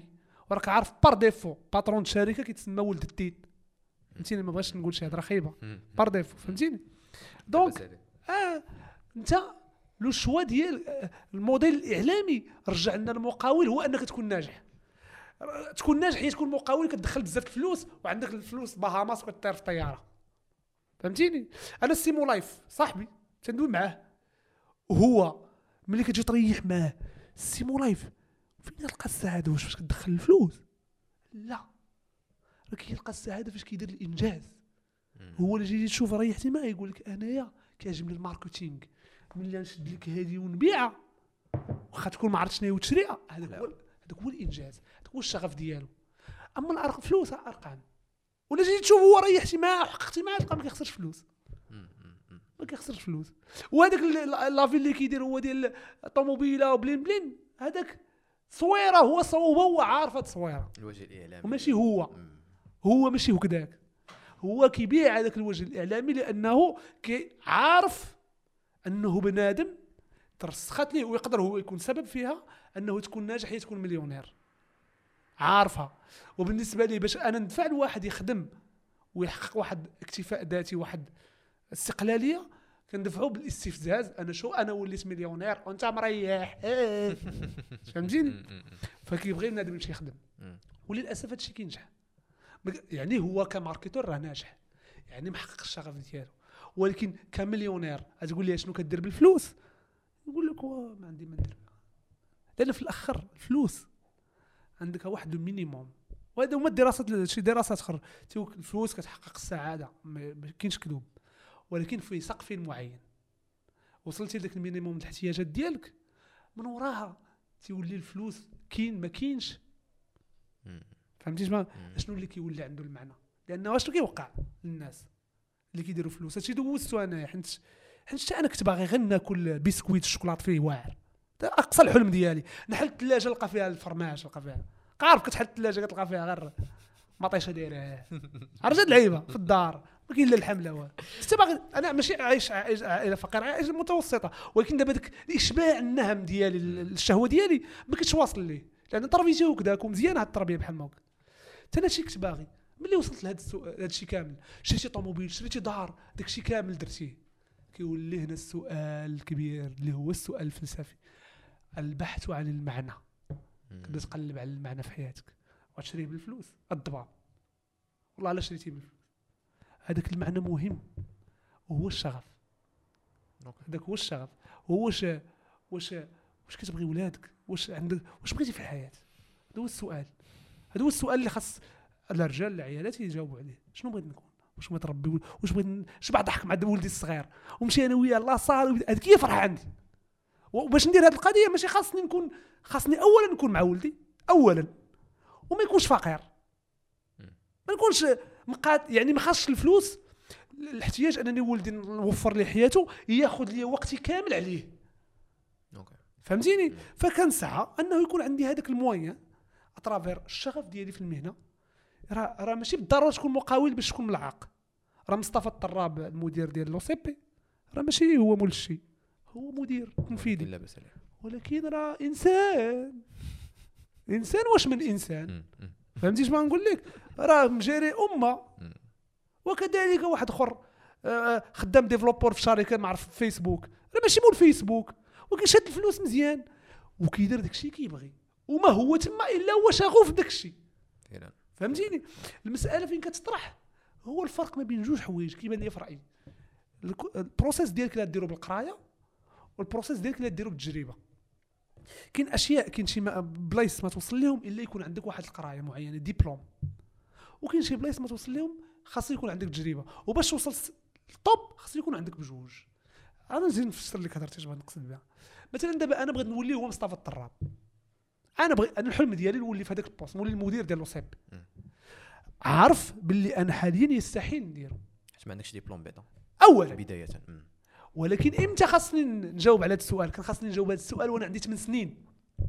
وراك عارف بار ديفو باترون الشركه كيتسمى ولد التيت، فهمتيني؟ ما بغاش نقول شي هضره خايبه، بار ديفو، فهمتيني؟ دونك انت لو شوا ديال الموديل الاعلامي رجع لنا المقاول هو انك تكون ناجح. تكون ناجح هي تكون مقاول كتدخل بزاف الفلوس وعندك الفلوس بهاماس وكطير في الطياره، فهمتيني؟ انا سيمو لايف صاحبي تندوي معاه، وهو ملي كتجي تريح معاه سيمو لايف فين تلقى السعاده؟ واش فاش كتدخل الفلوس؟ لا، راه كيلقى السعاده فاش كيدير الانجاز. هو اللي جيتي تشوف ريحتي معاه يقول لك انايا كيعجبني الماركتينغ، ملي نشد لك هذه ونبيعها واخا تكون ما عرفتش شنو هي وتشريها، هذاك هو الانجاز، هذاك هو الشغف ديالو. اما الارقام فلوس ارقام، ولا جيتي تشوف هو ريحتي معاه وحققتي معاه تلقى ما كيخسرش فلوس، ما كيخسرش فلوس. وهذاك لافي اللي كيدير هو ديال الطوموبيله وبلين بلين، هذاك صويره، هو عارف هاد التصويره الوجه الاعلامي، وماشي هو ماشي هكذاك، هو كيبيع هذاك الوجه الاعلامي لانه عارف انه بنادم ترسخت ليه ويقدر هو يكون سبب فيها انه تكون ناجح هي تكون مليونير، عارفها. وبالنسبه لي باش انا ندفع لواحد يخدم ويحقق واحد اكتفاء ذاتي واحد استقلاليه، كندفعوا بالاستفزاز. انا وليت مليونير وانت مريح، فهمتيني؟ فكيبغي بنادم يمشي يخدم، وللاسف هادشي كينجح. يعني هو كماركتور راه ناجح، يعني محقق الشغف ديالو، ولكن كمليونير تقول لي شنو كدير بالفلوس؟ يقول لك ما عندي ما ندير، لان في الاخر الفلوس عندك واحد المينيموم. وهذا هما الدراسات، شي دراسات اخرى تيقول الفلوس كتحقق السعاده، ما كاينش كذوب، ولكن في سقف معين وصلتي لذاك المينيموم الاحتياجات ديالك، من وراها تيولي الفلوس كاين ما كاينش. فهمتي شنو اللي كيولي عنده المعنى؟ لانه شنو كيوقع للناس اللي كيديروا فلوس؟ هادشي دوزتو انا، حيت انا كنت باغي غير ناكل بسكويت الشوكولات فيه واعر، اقصى الحلم ديالي. نحل الثلاجه نلقى فيها الفرماج، نلقى فيها عارف، كتحل الثلاجه كتلقى فيها غير مطيشه دايره عرجت اللعيبه في الدار، ما كاين لا الحمله والو. انت باغي، انا ماشي عايش عائله فقيره، عايش متوسطه، ولكن دابا داك الاشباع النهم ديالي الشهوه ديالي ما كنتش واصل ليه، لان تربيتي هكذاك ومزيان هاد التربيه بحال ما هكا. انا شي كنت باغي ملي وصلت لهاد الشيء كامل، شريتي طوموبيل، شريتي دار، داكشي كامل درتيه، كيولي هنا السؤال الكبير اللي هو السؤال الفلسفي، البحث عن المعنى. كنت تقلب على المعنى في حياتك وتشريه بالفلوس، الضباب والله لا شريتيه بالفلوس، هذاك المعنى مهم وهو الشغف. هذاك هو الشغف، هو واش كتبغي ولادك؟ واش عندك، واش بغيتي في الحياه؟ هذا هو السؤال، هذا هو السؤال اللي خاص الرجال العيالات يجاوبوا عليه. شنو بغيت نكون؟ واش بغيت نربي؟ واش بغيت نشبع ضحك مع ولدي الصغير ومشي انا وياه لاصال؟ هذيك هي فرحه عندي. وباش ندير هذه القضيه ماشي خاصني اولا نكون مع ولدي اولا، وما يكونش فقير، ما نكونش يعني ما خاصش الفلوس الاحتياج انني ولدي نوفر ليه حياته ياخذ لي وقتي كامل عليه. فهمتيني؟ فكنسعى انه يكون عندي هذاك الموين اترافير الشغف ديالي في المهنه. راه ماشي بالضروره تكون مقاول باش تكون ملعق. راه مصطفى الطراب المدير ديال لو سي بي راه ماشي هو مول الشيء، هو مدير تنفيذي، ولكن راه انسان واش من انسان. فهمتي اش نقول لك؟ راه مجاري امه. وكذلك واحد اخر خدام ديفلوبور في شركه معرف فيسبوك، راه ماشي مول فيسبوك، وكيشد الفلوس مزيان وكيدير داكشي كيبغي، وما هو تما الا هو شغوف بداكشي. فهمتيني؟ المساله فين كتطرح هو الفرق ما بين جوج حوايج كيبان لي في رايي. البروسيس ديالك اللي ديرو بالقرايه والبروسيس ديالك اللي ديرو بالتجربه. كاين اشياء، كاين شي بلايص ما توصل لهم الا يكون عندك واحد القرايه معينه ديبلوم، وكاين شي بلايص ما توصل لهم خاص يكون عندك تجربه. وباش توصل للطوب خاص يكون عندك بجوج. انا نزيد نفسر لك هضرتي اش بغيت نقصد بها. مثلا دابا انا بغيت نولي هو مصطفى الطراب، انا الحلم ديالي نولي في هذاك البوست، نولي المدير ديال لوسيب. عارف باللي انا حاليا يستحيل نديرو حيت ما عندكش ديبلوم بيضاء اولا بدايه. ولكن امتى خاصني نجاوب على هذا السؤال؟ كان خاصني نجاوب على هذا السؤال وانا عندي 8 سنين.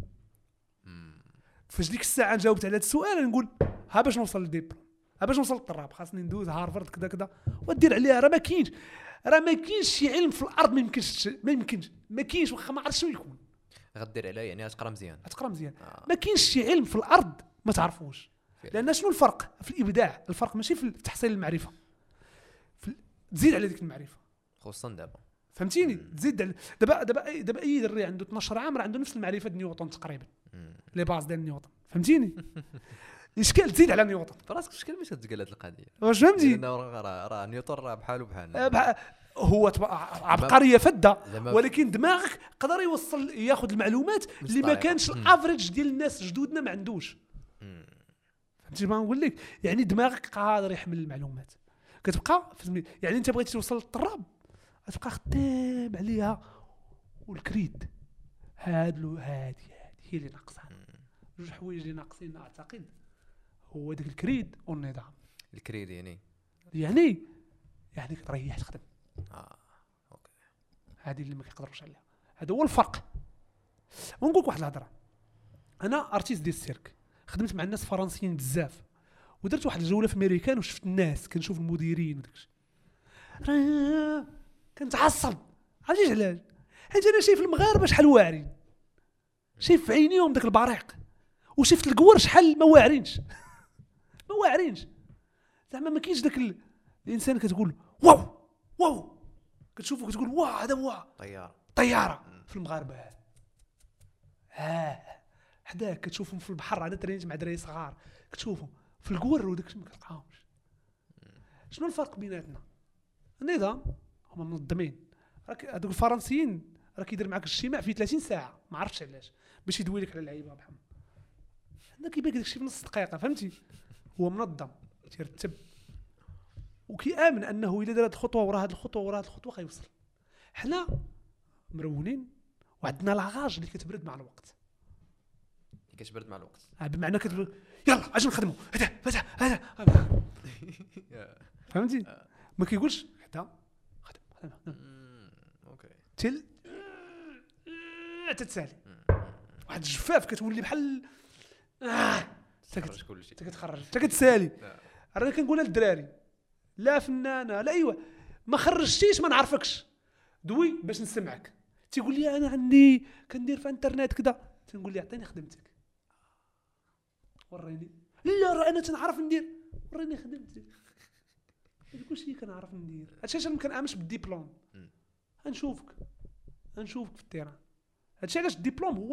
فاش ديك الساعه جاوبت على هذا السؤال نقول ها باش نوصل للديبلوم، ها باش نوصل للطراب خاصني ندوز هارفارد كذا كذا ودير عليها. راه ما كاينش شي علم في الارض ما كاينش واخا ما عرفتش شنو يكون. غدير عليها يعني غتقرا مزيان ما كاينش شي علم في الارض ما تعرفوش. فعلا. لان شنو الفرق في الابداع؟ الفرق ماشي في تحصيل المعرفه، تزيد على ديك المعرفه، خصوصا دابا. فهمتيني؟ تزيد على دابا اي دري عنده 12 عام راه عنده نفس المعرفه ديال نيوتن تقريبا، لي باز ديال نيوتن، فهمتيني؟ الاشكال تزيد على نيوتن. فراسك شكون باش تقال هذه القضيه؟ واش فهمتي؟ لأنه راه نيوتن راه بحالو بحال هو عبقريه فده، زعما ولكن دماغك قدر يوصل ياخذ المعلومات اللي ما بالطريقة. كانش الافريج ديال الناس جدودنا ما عندوش. فهمتي ما نقول لك؟ يعني دماغك قادر يحمل المعلومات، كتبقى يعني انت بغيتي توصل للطراب غتبقى خدام عليها، والكريد هادي هي اللي ناقصه. جوج حوايج اللي ناقصين اعتقد هو داك الكريد والنظام. الكريد يعني كتريح تخدم، اوكي. هذه اللي ما كيقدروش عليها. هذا هو الفرق. ونقول لك واحد الهضره، انا ارتيست ديال السيرك، خدمت مع الناس فرنسيين بزاف، ودرت واحد الجوله في امريكان وشفت الناس، كنشوف المديرين وداكشي، كنتعصب. عرفتي علاش؟ حيت انا شايف المغاربه شحال واعرين، شايف في عينيهم داك البريق، وشفت القوار شحال ما واعرينش زعما ما كاينش داك الانسان كتقول واو كتشوفه كتقول واه هذا هو طياره في المغاربه. حداك كتشوفهم في البحر، انا ترينت مع دراري صغار كتشوفهم في القور وداكشي ما كتلقاهمش. شنو الفرق بيناتنا؟ النظام هما منظمين. راك هذوك الفرنسيين راه كيدير معاك الاجتماع في 30 ساعه، ما عرفتش علاش، باش يدوي لك على اللعيبه بحال هذا كيبان لك داكشي في نص دقيقه، فهمتي؟ هو منظم تيرتب وكيامن انه الا دار هذه الخطوه ورا هذه الخطوه ورا هذه الخطوه غيوصل. حنا مرونين وعندنا لاغاج اللي كتبرد مع الوقت. بمعنى كتقول يلا اجي نخدموا هذا فهمتي؟ ما كيقولش خدم اوكي تتسالي واحد الجفاف كتولي بحال تخرج كلشي، كتخرج حتى كتسالي. انا كنقولها للدراري، لا فنانه لا ايوا ما خرجتيش ما نعرفكش، دوي باش نسمعك. تيقول لي انا عندي كندير في انترنت كذا، تنقول لي عطيني خدمتك، وريني. لا راه انا تنعرف ندير، وريني خدمتك. كلشي كنعرف ندير، هادشي علاش ما كنامنش بالدبلوم. غنشوفك في التيران. هادشي علاش الدبلوم هو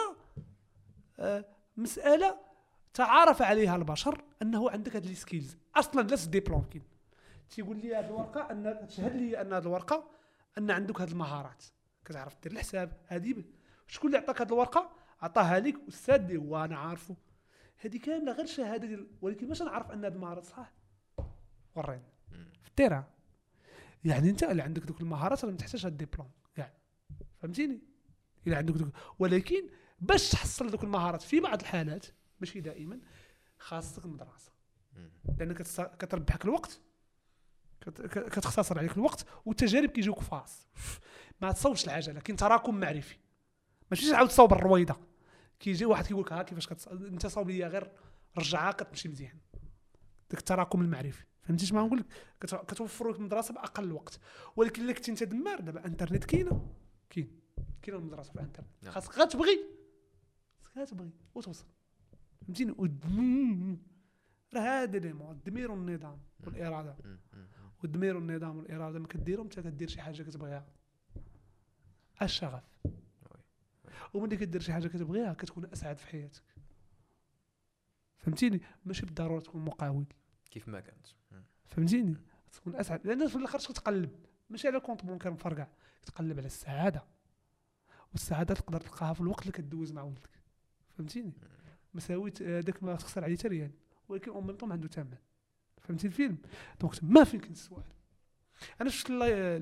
مساله تعارف عليها البشر انه عندك هاد لي سكيلز. اصلا لا الدبلوم كاين تيقول لي هاد الورقه ان تشهد لي ان هاد الورقه ان عندك هاد المهارات، كتعرف دير الحساب. هادي شكون اللي عطاك هاد الورقه؟ عطاها لك استاذ اللي هو انا عارفه. هذه كامله غير شهاده ديال، ولكن باش نعرف ان هاد المهارات صح وريني في التيران. يعني انت اللي عندك دوك المهارات راه ما تحتاجش هاد الدبلوم كاع، فهمتيني؟ الا عندك دوك، ولكن باش تحصل دوك المهارات في بعض الحالات ماشي دائما خاصك المدرسه، لان كتربحك الوقت، كتختصر عليك الوقت، والتجارب كيجيوك فاص. ما تصوبش العجله، كاين تراكم معرفي، ماشي تعاود تصاوب الرويضه. كيجي واحد كيقول لك ها كيفاش انت صاوب ليا غير رجعها كتمشي مزيان. داك التراكم المعرفي، فهمتي شنو نقول لك؟ كتوفر لك المدرسه باقل وقت. ولكن الا كنتي انت دمار، دابا انترنت كاينه المدرسه في الانترنت، خاصك غير تبغي وتوصل، فهمتيني؟ راه هذا الدمير والنظام والاراده. والدمير والنظام والاراده ما كديرهم حتى كدير شي حاجه كتبغيها. الشغف، وملي كدير شي حاجه كتبغيها كتكون اسعد في حياتك، فهمتيني؟ ماشي بالضروره تكون مقاول كيف ما كانت، فهمتيني؟ تكون اسعد، لان في الاخر كتقلب ماشي على كونط بونكير مفرقع، كتقلب على السعاده. والسعاده تقدر تلقاها في الوقت اللي كدوز مع ولدك، فهمتيني؟ مساويت داك ما تخسر عليه ريال، ولكن اون ميم طون عنده ثمن، فهمتي الفيلم؟ دونك ما فين كاين السؤال. انا شفت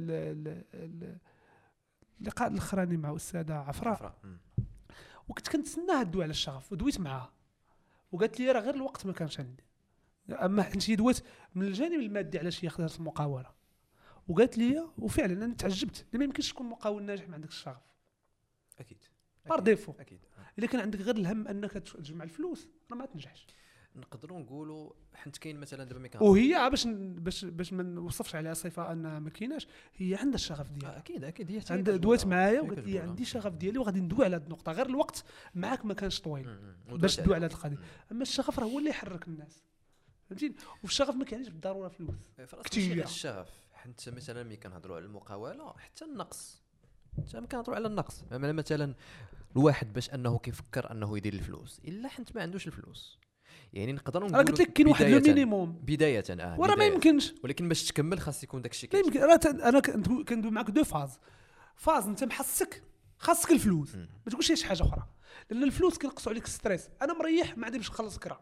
اللقاء الاخراني مع استاذه عفراء، وكنت كنتسناها تدوي على الشغف، ودويت معها وقالت لي راه غير الوقت ما كانش عندي. اما حيت هي دوات من الجانب المادي علاش هي خدات المقاوله، وقالت لي وفعلا انا تعجبت، ما يمكنش تكون مقاول ناجح ما عندكش الشغف. اكيد بار ديفو اكيد. الا كان عندك غير الهم انك تجمع الفلوس راه ما تنجحش. نقدروا نقولوا حنت كاين مثلا دابا ملي وهي باش ما نوصفش عليها صفه انها ما كايناش، هي عندها الشغف ديالها. اكيد هي عندها دوات معايا وقالت لي عندي شغف ديالي وغادي ندوي على هذه النقطه، غير الوقت معاك ما كانش طويل باش تدوي على هذه القضيه. اما الشغف راه هو اللي يحرك الناس، فهمتيني. وفي الشغف ما كاينش بالضروره فلوس كثير. الشغف حنت مثلا ملي كنهضروا على المقاوله حتى النقص، حتى ما كنهضروا على النقص. مثلا الواحد باش انه كيفكر انه يدير الفلوس الا حنت ما عندوش الفلوس، يعني نقدروا نقولوا انا قلت لك كاين واحد المينيموم بدايه وراه ما يمكنش، ولكن باش تكمل خاص يكون داك الشيء. لا يمكن. انا كندوي معاك دو فاز انت خاصك الفلوس، ما تقولش شي حاجه اخرى، لان الفلوس كينقصوا عليك الستريس. انا مريح ما عندي باش نخلص كرا،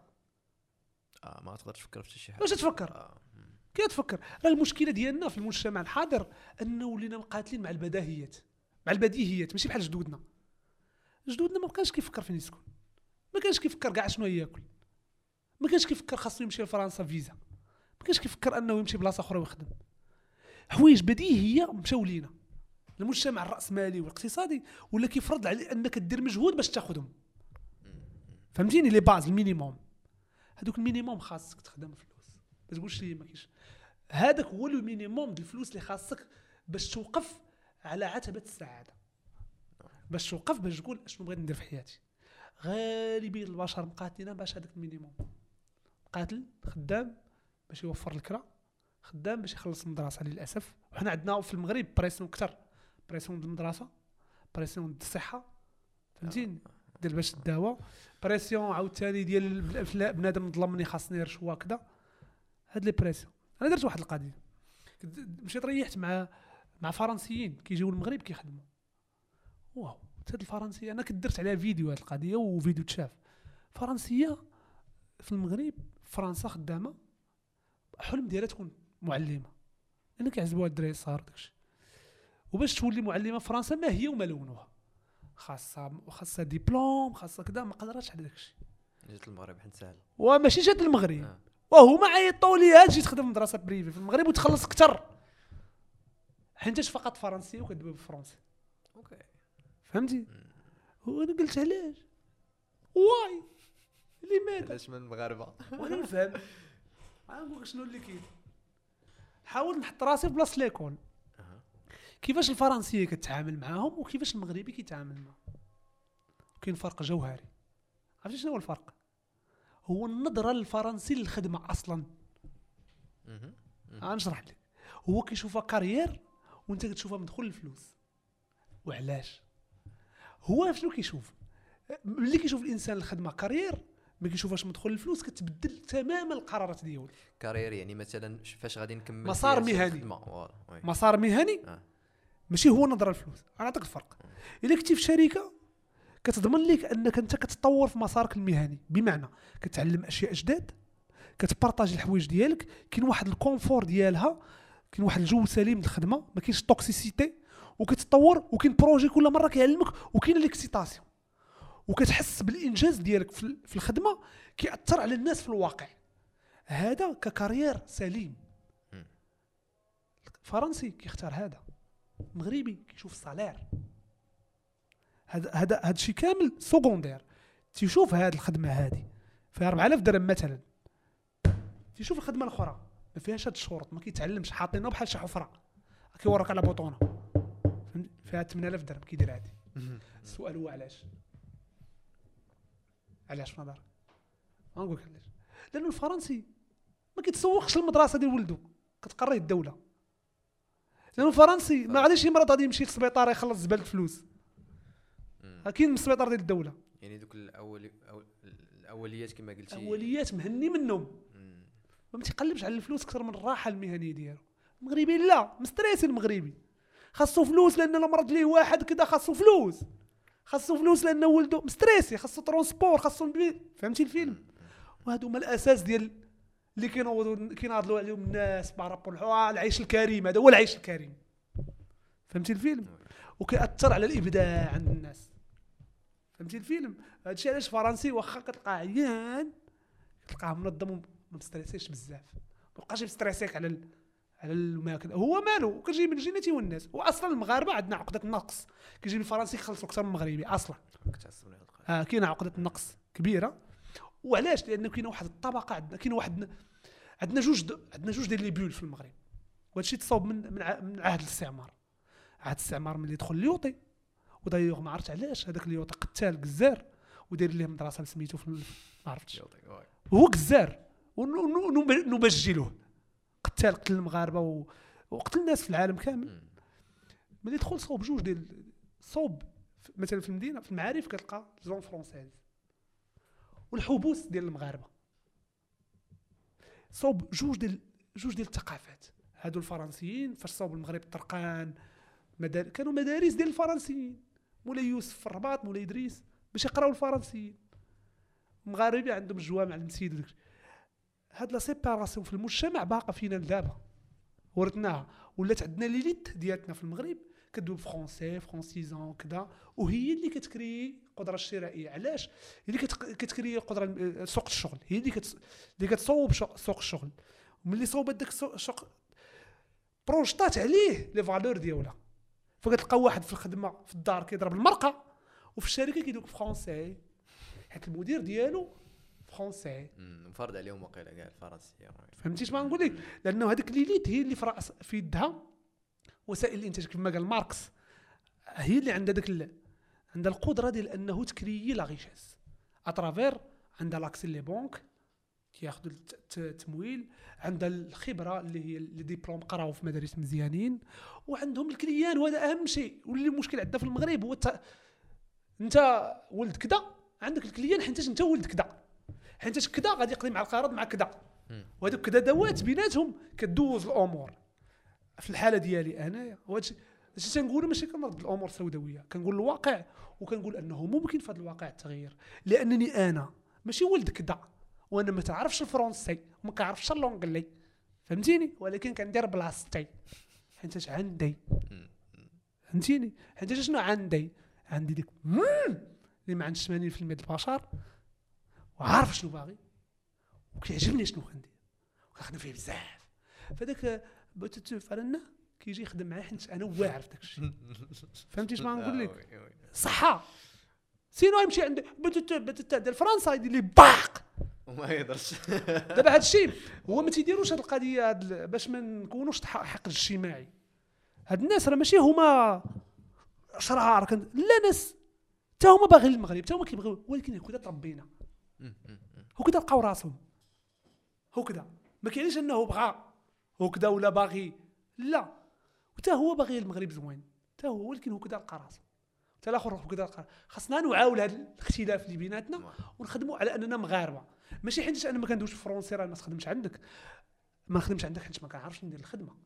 ما تقدرش تفكر في شي حاجه. واش تفكر؟ كي تفكر؟ راه المشكله ديالنا في المجتمع الحاضر انه ولينا مقاتلين مع البديهيات، ماشي بحال جدودنا ما بقاش كيفكر فين يسكن، ما كانش كيفكر كاع شنو ياكل، ما كانش كيفكر خاصو يمشي لفرنسا فيزا، ما كانش كيفكر انه يمشي بلاصه اخرى ويخدم. حوايج بديهيه مشاو لينا. المجتمع الراسمالي والاقتصادي ولا كيفرض عليك انك دير مجهود باش تاخذهم، فهمتيني؟ لي باز المينيموم، هذوك المينيموم خاصك تخدم فلوس، ما تقولش لي ما كاينش. هذاك هو المينيموم ديال الفلوس اللي خاصك باش توقف على عتبه السعاده، باش توقف باش تقول اشنو بغيت ندير في حياتي. غالبيه البشر مقاتلين باش هذاك المينيموم، قاتل خدام باش يوفر الكرا، خدام باش يخلص المدرسه. للاسف وحنا عندنا في المغرب بريسيون كثر، بريسيون ديال المدرسه، بريسيون ديال الصحه، فهمتيني؟ ديال باش تداوى، بريسيون عاوتاني ديال بنادم ظلمني خاصني رشوه كذا. هاد لي بريسيون. انا درت واحد القضيه، مشيت ريحت مع فرنسيين كيجيو المغرب كيخدموا. واو هاد الفرنسيه انا كدرت عليها فيديو، هاد القضيه وفيديو تشاف. فرنسيه في المغرب فرنسا خدامه، حلم ديالها تكون معلمه، لان كيعجبوها الدراري الصغار داكشي. وباش تولي معلمه في فرنسا ما هي وما لونها، خاصها ديبلوم، خاصها كذا، ما قدراتش على داكشي. جات المغرب حيت سهل، وماشي جات المغرب وهما عيطوا لي هاد جيت تخدم في مدرسه بريفي في المغرب وتخلص اكثر، حيتاش فقط فرنسيه وكتدوي بالفرنسي. اوكي فهمتي؟ وانا قلت علاش؟ واي لماذا؟ علاش من المغاربه؟ وانا نفهم. نقول شنو اللي كاين، حاول نحط راسي في بلاصه ليكول، كيفاش الفرنسيه كتعامل معاهم وكيفاش المغربي كيتعامل معاهم. كاين فرق جوهري. عرفتي شنو هو الفرق؟ هو النظره للفرنسي للخدمه اصلا. غنشرح لك. هو كيشوفها كارير وانت كتشوفها مدخول الفلوس. وعلاش؟ هو شنو كيشوف؟ ملي كيشوف الانسان الخدمه كارير ما كيشوفهاش مدخول الفلوس، كتبدل تماما القرارات ديالو. كارير يعني مثلا فاش غادي نكمل مسار مهني، مسار مهني ماشي هو نظره الفلوس. انا نعطيك الفرق. الا كنتي في شركه كتضمن لك انك انت كتطور في مسارك المهني، بمعنى كتعلم اشياء جداد، كتبارطاجي الحوايج ديالك، كاين واحد الكونفور ديالها، كاين واحد الجو سليم للخدمه، ما كاينش توكسيسيتي، وكتطور، وكاين بروجي كل مره كيعلمك، وكاين ليكسيتاسيون، وكتحس بالانجاز ديالك في الخدمه كيأثر على الناس في الواقع. هذا ككارير سليم. فرنسي كيختار هذا، مغربي كيشوف الصالير. هذا الشيء كامل سكوندير. تيشوف هذه الخدمه هذه فيها 4000 درهم مثلا، تيشوف الخدمه الاخرى ما فيهاش هاد الشروط، ما كيتعلمش، حاطينه بحال شي حفره كيوراك على بوطونه فيها 8000 درهم كيدير عادي. السؤال هو علاش في نظرك؟ غنقول لك علاش. لانه الفرنسي ما كيتسوقش للمدرسه ديال ولده، كتقريه الدوله. لانه الفرنسي ما غاديش يمرض غادي يمشي للسبيطار يخلص زباله الفلوس. كاين السبيطار ديال الدوله، يعني دوك الاوليات كما قلتي، اوليات مهني منهم، ما تيقلبش على الفلوس اكثر من الراحه المهنيه ديالو. المغربي لا، مستريسي المغربي، خاصو فلوس لان لو مرض ليه واحد كذا خاصو فلوس لان ولده مستريسي، خاصو ترونسبور، خاصو البيت. فهمتي الفيلم؟ وهادو هما الاساس ديال اللي كيناضلوا عليهم الناس بارابول العيش الكريم. هذا هو العيش الكريم. فهمتي الفيلم؟ وكيأثر على الابداع عند الناس. فهمتي الفيلم؟ هادشي علاش فرنسي واخا كتلقاه عيان كتلقاه منظم وما مستريسيش بزاف، ما بقاش مستريسيك على الماكله. هو مالو كيجي من جيناتي والناس. واصلا المغاربه عندنا عقده النقص، كيجي الفرنسي يخلصوا اكثر من المغربي اصلا. كتعصبني هاد القضيه. كاينه عقده النقص كبيره. وعلاش؟ لان كاينه واحد الطبقه عندنا، كاين واحد عندنا جوج ديال لي بول في المغرب، وهذا الشيء تصاوب من عهد الاستعمار. عهد الاستعمار ملي دخل اليوطي، ودايوغ ما عرفتش علاش هذاك اليوطي قتال جزار وداير ليه مدرسه سميتو ما عرفتش هو جزار ونبجلوه قتل المغاربه وقتل الناس في العالم كامل. ملي دخل صوب جوج ديال صوب مثلا في المدينه في المعارف كتلقى زون فرونسيز والحبوس ديال المغاربه، صوب جوج ديال الثقافات. هادو الفرنسيين فاش صوب المغرب طرقان كانوا مدارس ديال الفرنسيين، مولاي يوسف في الرباط، مولاي ادريس باش يقراو الفرنسيين. المغاربه عندهم الجوامع المسيد وداك. هاد لا سيباراسيون في المجتمع باقا فينا لدابا، ورثناها ولات عندنا ليليت ديالتنا في المغرب كدوي فرونسي فرونسيزون كذا، وهي اللي كتكري القدره الشرائيه. علاش؟ هي اللي كتكري القدره سوق الشغل، هي اللي كتصوب سوق الشغل. وملي صوبت داك السوق بروجطات عليه لي فالور ديالها، فكتلقى واحد في الخدمه في الدار كيضرب المرقه وفي الشركه كيدوك فرونسي حيت المدير ديالو فرونسي مفرض عليهم وقيله كاع الفرنسيه. فهمتي اش بغا نقول لك؟ لانه هذيك ليليت هي اللي في يدها وسائل الانتاج كما قال ماركس، هي اللي عندها عندها القدره ديال انه تكريي لا ريشيس اترافير. عندها لاكسي لي بونك كياخذوا التمويل، عندها الخبره اللي هي لي ديبلوم قراو في مدارس مزيانين، وعندهم الكليان. وهذا اهم شيء. واللي المشكل عندنا في المغرب هو انت ولد كذا عندك الكليان حيت انت ولد كذا، حيت كذا غادي يقضي مع القرض مع كذا، وهذوك كذا دوات بيناتهم كدوز الامور. في الحاله ديالي انايا وهادشي تنقول ماشي كنرد الامور سوداويه، كنقول الواقع، وكنقول انه ممكن في هذا الواقع التغيير، لانني انا ماشي ولد كذا وانا ما تعرفش الفرنسي وما كنعرفش اللونجلي، فهمتيني؟ ولكن كندير بلاصتي حيت عندي، فهمتيني؟ حيت شنو عندي ديك اللي ما عندش 80% ديال البشر، وعارف شنو باغي وكيعجبني شنو كندير وكنخدم فيه بزاف. فداك بوتيتو فرنا كيجي يخدم معايا حيت انا واعر في داك الشيء. فهمتي اش ما نقول لك؟ صحه سينو يمشي عند بوتيتو ديال فرنسا يدير لي باق وما يهضرش. دابا هذا الشيء هو ما تيديروش هذه القضيه باش ما نكونوش حقد اجتماعي. هاد الناس راه ماشي هما اشرار لا، ناس حتى هما باغيين المغرب، حتى هما كيبغيو، ولكن هكذا تربينا، هكذا لقاو راسهم هكذا. ما كاينش انه بغى هكذا ولا باغي، لا، حتى هو باغي المغرب زوين حتى هو، ولكن هكذا لقى راسه. حتى الاخر هكذا لقى. خاصنا نوعاو لهذا الاختلاف اللي بيناتنا ونخدموا على اننا مغاربه، ماشي حيت انا ما كندويش فرونسي راه ما تخدمش عندك، ما نخدمش عندك حيت ما كنعرفش ندير الخدمه،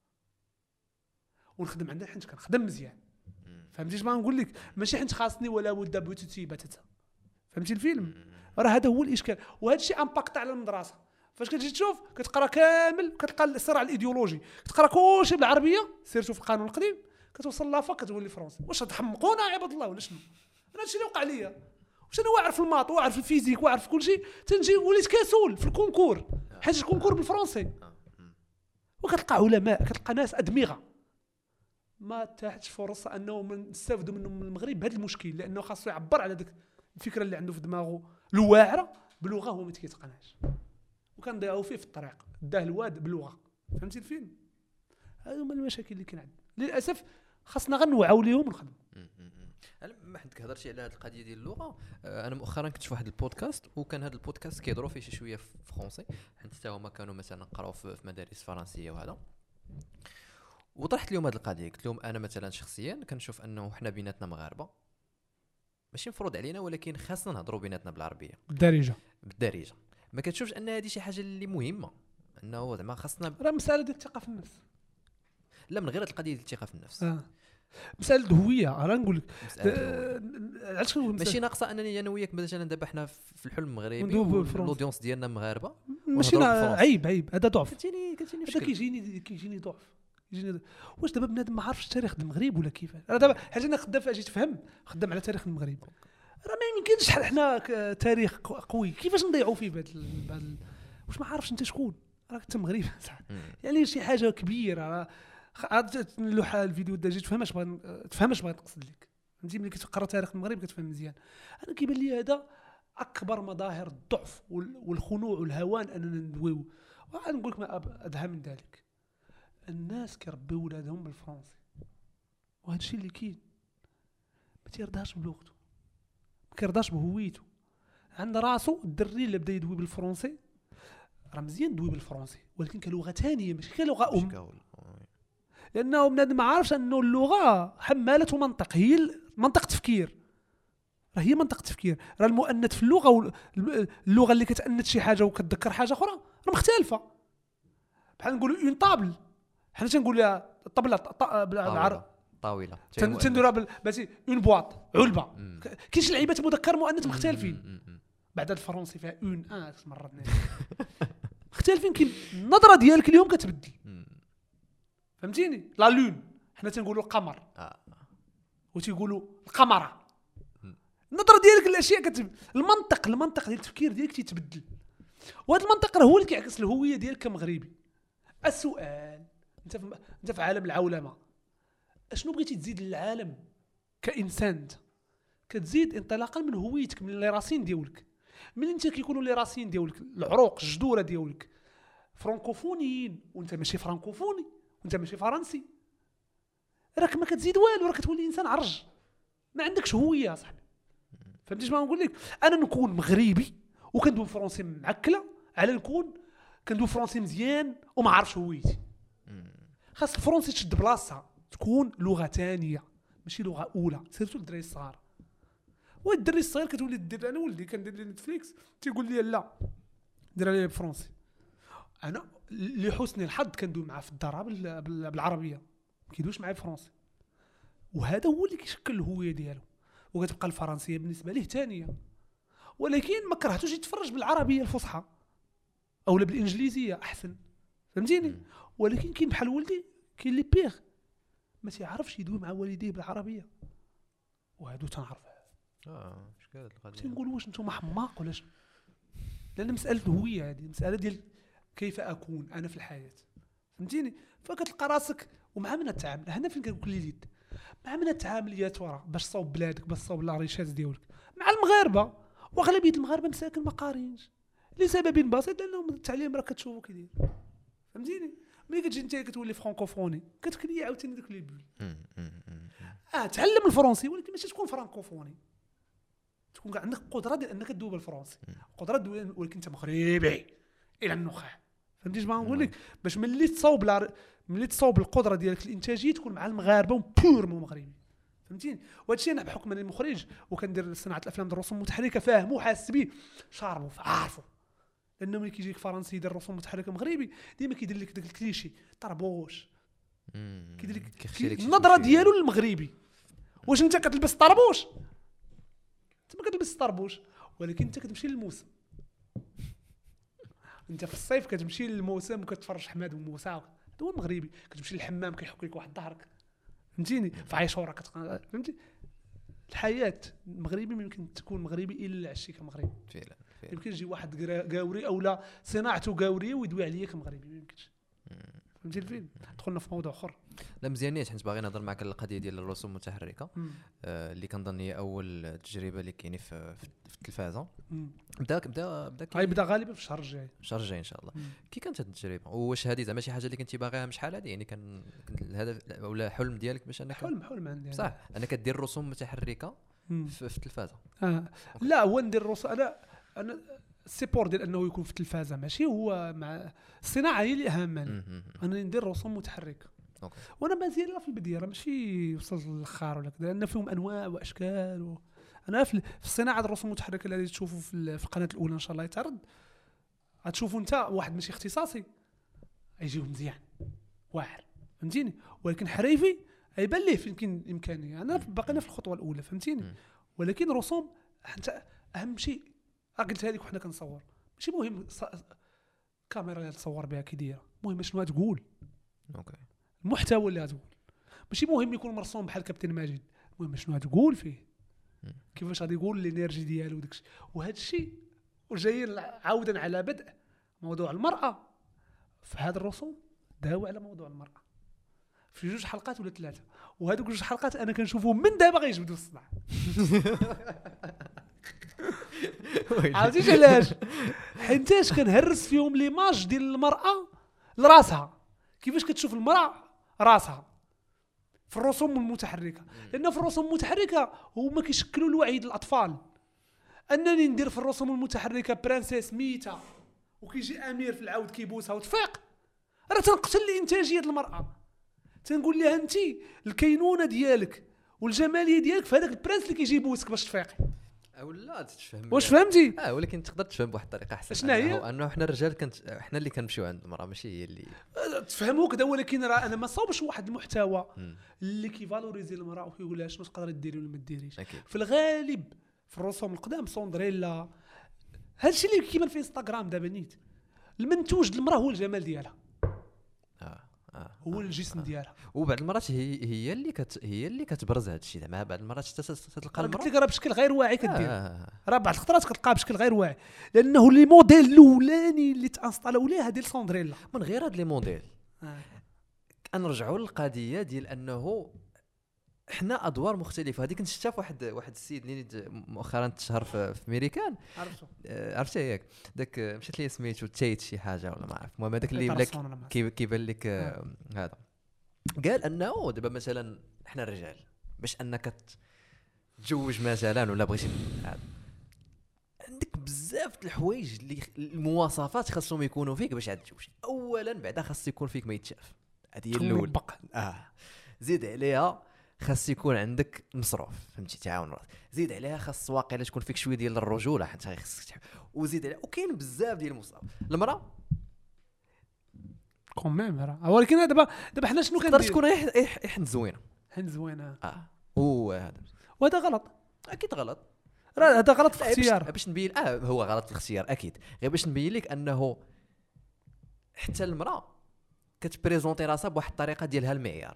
ونخدم عندك حيت كنخدم مزيان. فهمتي اش بغا نقول لك؟ ماشي حيت خاصني ولا ولد بوتيتي باتتا. فهمتي الفيلم؟ راه هذا هو الاشكال، وهذا الشيء امباكت على المدرسه. فاش كتجي تشوف كتقرا كامل، كتلقى الصراع الايديولوجي، كتقرا كلشي بالعربيه، سيرتو في القانون القديم، كتوصل لافا كتولي فرنسي. واش تحمقونا يا عباد الله ولا شنو؟ انا هادشي اللي وقع ليا، واش انا واعر في الماط واعر في الفيزيك واعر في كلشي، تنجي وليت كسول في الكونكور حيت الكونكور بالفرنسي. وكتلقى علماء، كتلقى ناس ادمغه ما تاحتش فرصه انه نستافدوا منهم من المغرب بهذا المشكل، لانه خاصو يعبر على ديك الفكره اللي عنده في دماغه الواعره بلغه هو ما كيتقناش، وكنضيعوا فيه في الطريق، داه الواد بلغه. فهمتي الفيلم؟ هادو هما المشاكل اللي كاين عندنا للاسف، خاصنا غير نوعاو ليهم ونخدموا. انا ما حد كهضر شي على هذه القضيه ديال اللغه. انا مؤخرا كنت في واحد البودكاست، وكان هذا البودكاست كيهضروا فيه شي شويه في فرونسي، حتى هما كانوا مثلا قراو في مدارس فرنسيه وهذا. وطرحت لهم هذه القضيه، قلت لهم انا مثلا شخصيا كنشوف انه حنا بيناتنا مغاربه ماشي مفروض علينا، ولكن خاصنا نهضروا بيناتنا بالعربيه بالدارجه. ما كتشوفش ان هذه شي حاجه اللي مهمه، انه زعما خاصنا راه مساله ديال الثقه في النفس، لا من غير القضيه ديال الثقه في النفس. مساله الهويه. راه نقول لك علاش ماشي ناقصه انني انا وياك مثلا دابا حنا في الحلم المغربي الاودينس ديالنا مغاربه، ماشي عيب هذا ضعف. كيجيني ضعف. واش دابا بنادم ما عارفش تاريخ المغرب ولا كيفاش؟ راه دابا حاجه انا خدام فيها، جيت خدام على تاريخ المغرب، راه ما يمكنش حنا تاريخ قوي كيفاش نضيعوا فيه بهذا واش ما عارفش انت شكون راك انت مغربي يعني شي حاجه كبيره. اللوحه الفيديو دا جيت تفهم اش بغيت نقصد لك. فهمتي؟ ملي كتقرا تاريخ المغرب كتفهم مزيان. انا كيبان لي هذا اكبر مظاهر الضعف والخنوع والهوان اننا ندويو. ونقول لك ما ادهى من ذلك، الناس كيربيو ولادهم بالفرنسي، وهذا الشيء اللي كاين. ما تيرضاش بلغته، ما كيرضاش بهويته. عند راسو الدري اللي بدا يدوي بالفرنسي راه مزيان يدوي بالفرنسي، ولكن كلغه ثانيه ماشي كلغه لانه بنادم ما عارفش انه اللغه حماله منطق، هي منطق تفكير، راه هي منطق تفكير. راه المؤنث في اللغه اللغه اللي كتأنث شي حاجه وكتذكر حاجه اخرى راه مختلفه. بحال نقولوا اون طابل، حنا تنقول لها الطبله بالعربي طاوله، تنديرها باسي اون بواط علبه. كاين شي لعيبات مذكر مؤنث مختلفين. بعد الفرنسي فيها اون مرضنا مختلفين. كاين النظره ديالك اليوم كتبدل، فهمتيني؟ لا لون حنا تنقولوا القمر وتيقولوا القمره. النظره ديالك الاشياء المنطق ديال التفكير ديالك تيتبدل، وهذا المنطق راه هو اللي كيعكس الهويه ديالك كمغربي. السؤال انت في عالم العولمه، اشنو بغيتي تزيد للعالم كانسان؟ كتزيد انطلاقا من هويتك، من لي راسين ديالك. من انت كيكونوا لي راسين ديالك العروق الجذوره ديالك فرانكوفونيين وانت ماشي فرانكوفوني وانت ماشي فرنسي، راك ما كتزيد والو، راك كتولي انسان عرج، ما عندكش هويه صاحبي. فهمتي ما نقول لك؟ انا نكون مغربي وكندوي فرونسي معكله على نكون كندوي فرونسي مزيان وما عارفش هويتي. خاص الفرونسي تشد بلاصتها، تكون لغه ثانيه ماشي لغه اولى، سيرتو الدراري الصغار. والدري الصغير كتولي دير، انا ولدي كندير لي نتفليكس تيقول لي لا دير لي بالفرنسي. انا لحسن الحظ كندوي معاه في الدار بالعربيه، ما كيدويش معايا بالفرنسي، وهذا هو اللي كيشكل الهويه ديالو. وكتبقى الفرنسيه بالنسبه ليه ثانيه، ولكن ما كرهتوش يتفرج بالعربيه الفصحى اولا بالانجليزيه احسن، فهمتيني؟ ولكن كاين بحال ولدي كاين لي بيغ ما تيعرفش يدوي مع والديه بالعربيه، وهادو تنعرفها. اش قال القضيه؟ تنقول واش نتوما حماق ولا شنو؟ لان مساله الهويه هذه مساله ديال كيف اكون انا في الحياه، فهمتيني؟ فكتلقى راسك ومع من تتعامل هنا فين كنقول لي اليد، مع من تتعامل يا ترى باش تصاوب بلادك، باش تصاوب لا ريشاز ديالك مع المغاربه. واغلبيه المغاربه مساكن ما قارينش لسبب بسيط، لانهم التعليم راه كتشوفو كيدير، فهمتيني؟ ملي كتجي انت كتولي فرانكوفوني كتكلي عاوتاني داك لي بول. تعلم الفرنسي ولكن ماشي تكون فرانكوفوني، تكون عندك قدره ديال انك تدوي بالفرنسي، قدره دوي ولكن انت مغربي الى النخاع. فهمتي اش بغا نقول لك؟ باش ملي تصاوب القدره ديالك الانتاجيه تكون مع المغاربه وبورمون مغربي، فهمتيني؟ وهذا الشيء انا بحكم اني مخرج وكندير صناعه الافلام ديال الرسوم المتحركه فاهمو وحاس بيه شاربو عارفو. لانه ملي كيجيك فرنسي يدير رسوم متحركه مغربي ديما كيدير لك داك الكليشي طربوش، كيدير لك النظره ديالو للمغربي. واش انت كتلبس طربوش؟ انت ما كتلبس طربوش، ولكن انت كتمشي للموسم. انت في الصيف كتمشي للموسم وكتفرج حماد وموسى، هو المغربي كتمشي للحمام كيحك لك واحد ظهرك، فهمتيني؟ في عاشوره فهمتي؟ الحياه المغربي ما يمكن تكون مغربي الا عشتي كمغربي فعلا. يمكن يجي واحد قاوري او لا صناعته قاوريه ويدوي عليا كمغربي، ما يمكنش. فهمتي الفيلم؟ دخلنا في موضوع اخر. لا مزيانيت، حيت باغي نهضر معك على القضيه ديال الرسوم المتحركه اللي كنظن هي اول تجربه اللي كاينه في التلفازه. بدا غالبا في الشهر الجاي ان شاء الله. كي كانت هذه التجربه؟ واش هذه زعما شي حاجه اللي كنتي باغيها من شحال هذه؟ يعني كان الهدف ولا حلم ديالك باش انك حلم عندي صح انك دير رسوم متحركه في التلفازه؟ لا هو ندير رسوم، انا السيبور ديال انه يكون في التلفازه ماشي هو مع الصناعه هي اللي اهم. انا ندير رسوم متحركه وانا مازال في البدايه، ماشي وصلت للاخر ولا كذا، لان فيهم انواع واشكال انا في الصناعه الرسوم المتحركه اللي تشوفوا في القناه الاولى ان شاء الله يتعرض، غتشوفوا انت واحد ماشي اختصاصي يجيو مزيان واعر، فهمتيني؟ ولكن حريفي يبان ليه فين كاين امكانيه. انا باقينا في الخطوه الاولى، فهمتيني؟ ولكن رسوم انت اهم شيء قلتها لك وحنا كنصور، ماشي مهم الكاميرا اللي تصور بها كي دايره، المهم شنو تقول. المحتوى اللي غتقول ماشي مهم يكون مرسوم بحال كابتن ماجد، المهم شنو غتقول فيه، كيفاش غادي يقول الانرجي ديالو وداكشي. وهذا الشيء وجايين عودا على بدء موضوع المراه في هذا الرسوم، داوي على موضوع المراه في 2 حلقات ولا 3، وهذوك 2 حلقات انا كنشوفهم من دابا غيجبدوا الصداع. عرفتي علاش؟ حيتاش كنهرس فيهم ليماج ديال المراه لراسها، كيفاش كتشوف المراه راسها في الرسوم المتحركه. لان في الرسوم المتحركه هما كيشكلوا الوعي ديال الاطفال. انني ندير في الرسوم المتحركه برانسيس ميته وكيجي امير في العود كيبوسها وتفيق، راه تنقتل الانتاجيه ديال المراه. تنقول لها انت الكينونه ديالك والجماليه ديالك في هذاك البرانس اللي كيجي يبوسك باش تفيقي. ولا تفهم واش فهمتي؟ ولكن تقدر تفهم بواحد الطريقه احسن. شنو هي؟ انه حنا الرجال حنا اللي كنمشيو عند المراه، ماشي هي اللي تفهموا كذا. ولكن راه انا ما صاوبش واحد المحتوى اللي كيفالوريزي المراه وكيقول لها شنو تقدري ديري ولا ما ديريش. في الغالب في الرسوم القدام سوندريلا هادشي اللي كيبان في انستغرام دابا نيت، المنتوج ديال المراه هو الجمال ديالها، هو الجسم ديالها. وبعض المرات هي اللي كتبرز هذا الشيء. زعما بعض المرات تلقى قلت المراه لك راه بشكل غير واعي كدير. راه بعض الخطرات كتلقاها بشكل غير واعي، لانه لي موديل الاولاني اللي تانستالاو ليها ديال سوندريلا. من غير هاد لي موديل كنرجعوا للقضيه ديال انه حنا ادوار مختلفه. هذيك كنت شفتها في واحد السيد اللي مؤخرا تشهر في ميريكان، عرفتي ياك داك مشات لي سميتو تايت شي حاجه ولا ما عرف. المهم هذاك اللي كيبان لك هذا قال انه دابا مثلا حنا الرجال باش انك تتزوج مثلا ولا بغيتي عندك بزاف د الحوايج اللي المواصفات خاصهم يكونوا فيك باش تتزوج. اولا بعدا خاص يكون فيك ما يتشاف، هذه هي الاول. زيد عليها خاص يكون عندك مصروف، فهمتي، تعاون راسك. زيد عليها خاص واقيلا تكون فيك شويه ديال الرجوله حتى خاصك وزيد عليها. وكاين بزاف ديال المصروف. المراه كوميم راه، ولكن دابا حنا شنو كندير؟ تكون حن زوينه، حن زوينه. وهذا غلط، اكيد غلط. راه هذا غلط في الاختيار. باش نبين هو غلط في الاختيار اكيد، غير باش نبين لك انه حتى المراه كتبريزونتي راسها بواحد الطريقه ديالها المعيار.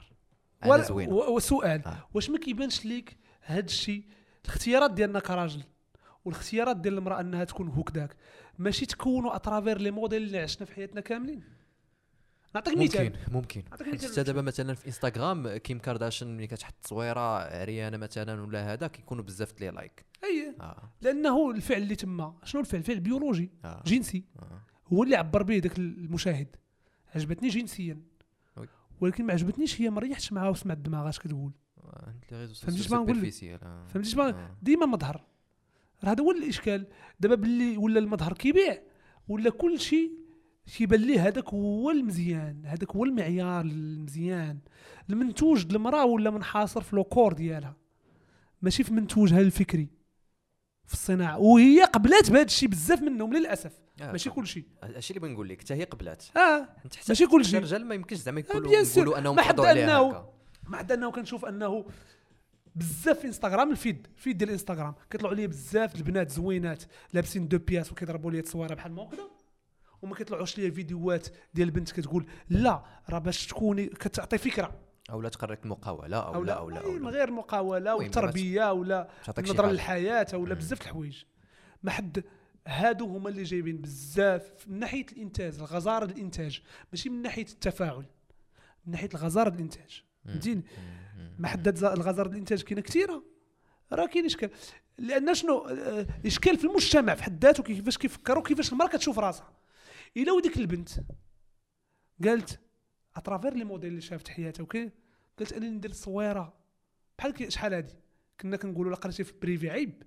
وسؤال واش ما كيبانش ليك هذا الشيء؟ الاختيارات ديالنا كراجل والاختيارات ديال المراه انها تكون هكذاك ماشي تكونوا اترافير لي موديل اللي عشنا في حياتنا كاملين. نعطيك مثال. ممكن حتى دابا مثلا في انستغرام كيم كارداشيان ملي كتحط تصويره عريانه مثلا ولا هذا كيكونوا بزاف لي لايك. لانه الفعل اللي تما شنو الفعل؟ فعل بيولوجي جنسي هو اللي عبر به داك المشاهد. عجبتني جنسيا ولكن ما عجبتنيش هي، ما ريحتش معها وسمعت دماغها اش كتقول. فهمتيش ما نقول؟ فهمتيش ما ديما مظهر. هذا هو الاشكال دابا، باللي ولا المظهر كيبيع ولا كل شيء كيبان ليه هذاك هو المزيان، هذاك هو المعيار المزيان. المنتوج د المراه ولا منحاصر في لوكور ديالها ماشي في منتوجها الفكري في الصناعه. وهي قبلات بهذا الشيء بزاف منهم للاسف. ماشي كل شيء. هادشي اللي بنقول لك حتى هي قبلات. ماشي كل شيء. الرجال ما يمكنش زعما يقولوا انهم فرضوا عليها هكا. ما حتى انه كنشوف انه بزاف في انستغرام الفيد ديال الانستغرام كيطلعوا لي بزاف البنات زوينات لابسين دو بياس وكيضربوا لي تصويره بحال ما هكذا، وما كيطلعوش لي فيديوهات ديال البنت كتقول لا راه باش تكوني كتعطي فكره اولا تقرك المقاوله اولا غير المقاوله والتربيه ولا النظره للحياه ولا بزاف الحوايج. ما حد هادو هما اللي جايبين بزاف من ناحيه الانتاج، الغزاره الانتاج، ماشي من ناحيه التفاعل، من ناحيه الغزاره الانتاج. فهمتيني؟ ما حدد الغزاره الانتاج كاينه كثيره، راه كاين اشكال. لان شنو اشكال في المجتمع في حد ذاته، كيفاش كيفكروا، كيفاش المراه كتشوف راسها. الا وديك البنت قالت اترافير لي موديل اللي شافت حياتها قالت انا ندير تصويره بحال شحال هادي كنا كنقولوا لا قريتي في البريفي عيب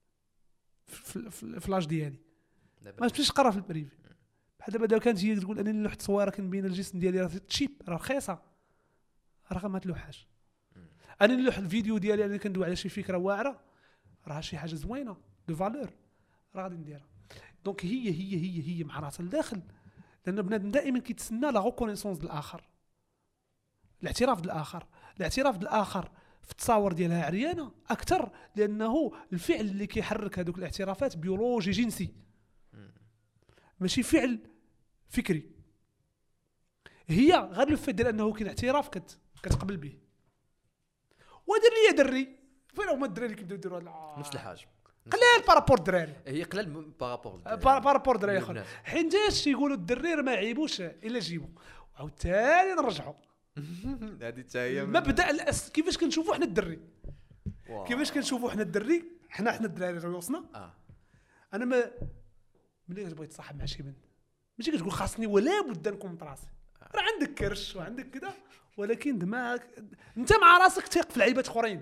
في لاج ديالي ما تمشيش تقرا في البريفي. بحال دابا كانت هي تقول انا نلوح تصويره كنبين الجسم ديالي راه تشيب راه رخيصه، راه ما تلوحاش. انا نلوح الفيديو ديالي انا كندوي على شي فكره واعره راه شي حاجه زوينه دو فالور راه غادي نديرها. دونك هي مع راسها لداخل، لان بنادم دائما كيتسنى لا ريكونيسونس ديال الاخر، الاعتراف ديال الاخر في التصاور ديالها عريانه اكثر، لانه الفعل اللي كيحرك هذوك الاعترافات بيولوجي جنسي ماشي فعل فكري. هي غير لو فيت ديال انه كاين اعتراف كتقبل به. ودير لي دري فين هما الدراري اللي كيبداو يديروا نفس الحاجه قلال بارابور الدراري، هي قلال بارابور الدراري اخر، حيتاش يقولوا الدرير ما عيبوش الا جيبوا وعاوتاني نرجعوا. هذه حتى هي مبدا كيفاش كنشوفوا حنا الدري، كيفاش كنشوفوا حنا الدري، حنا الدراري ريوسنا انا ما ملي كتبغي تصاحب مع شي بنت ماشي كتقول خاصني ولا بد نكون راسي، راه عندك كرش وعندك كذا، ولكن دماغك انت مع راسك تيق في لعيبات اخرين.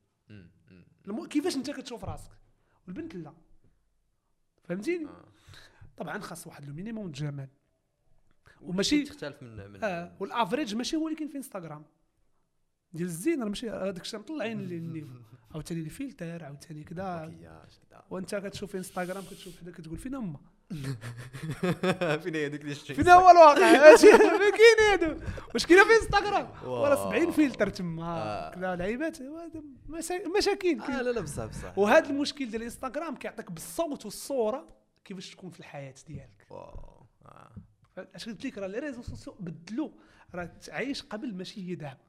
كيفاش انت كتشوف راسك والبنت لا، فهمتيني؟ طبعا خاص واحد لو مينيموم الجمال وماشي تختلف من والافريج ماشي هو اللي كاين في انستغرام ديال الزين، راه ماشي هذاك الشيء مطلعين اللي عاوتاني الفلتر عاوتاني كذا، وانت كتشوف في انستغرام كتشوف حدا كتقول فين هما فين هي ديك اللي شتي فين هو الواقع ماشي ما كاين هادو واش كاينه في انستغرام ولا 70 فلتر تما كذا لعيبات مشاكل لا بصح وهذا المشكل ديال الانستغرام كيعطيك بالصوت والصوره كيفاش تكون في الحياه ديالك. اش قلت لك راه لي ريزو سوسيو بدلوا، راه تعيش قبل ماشي هي دابا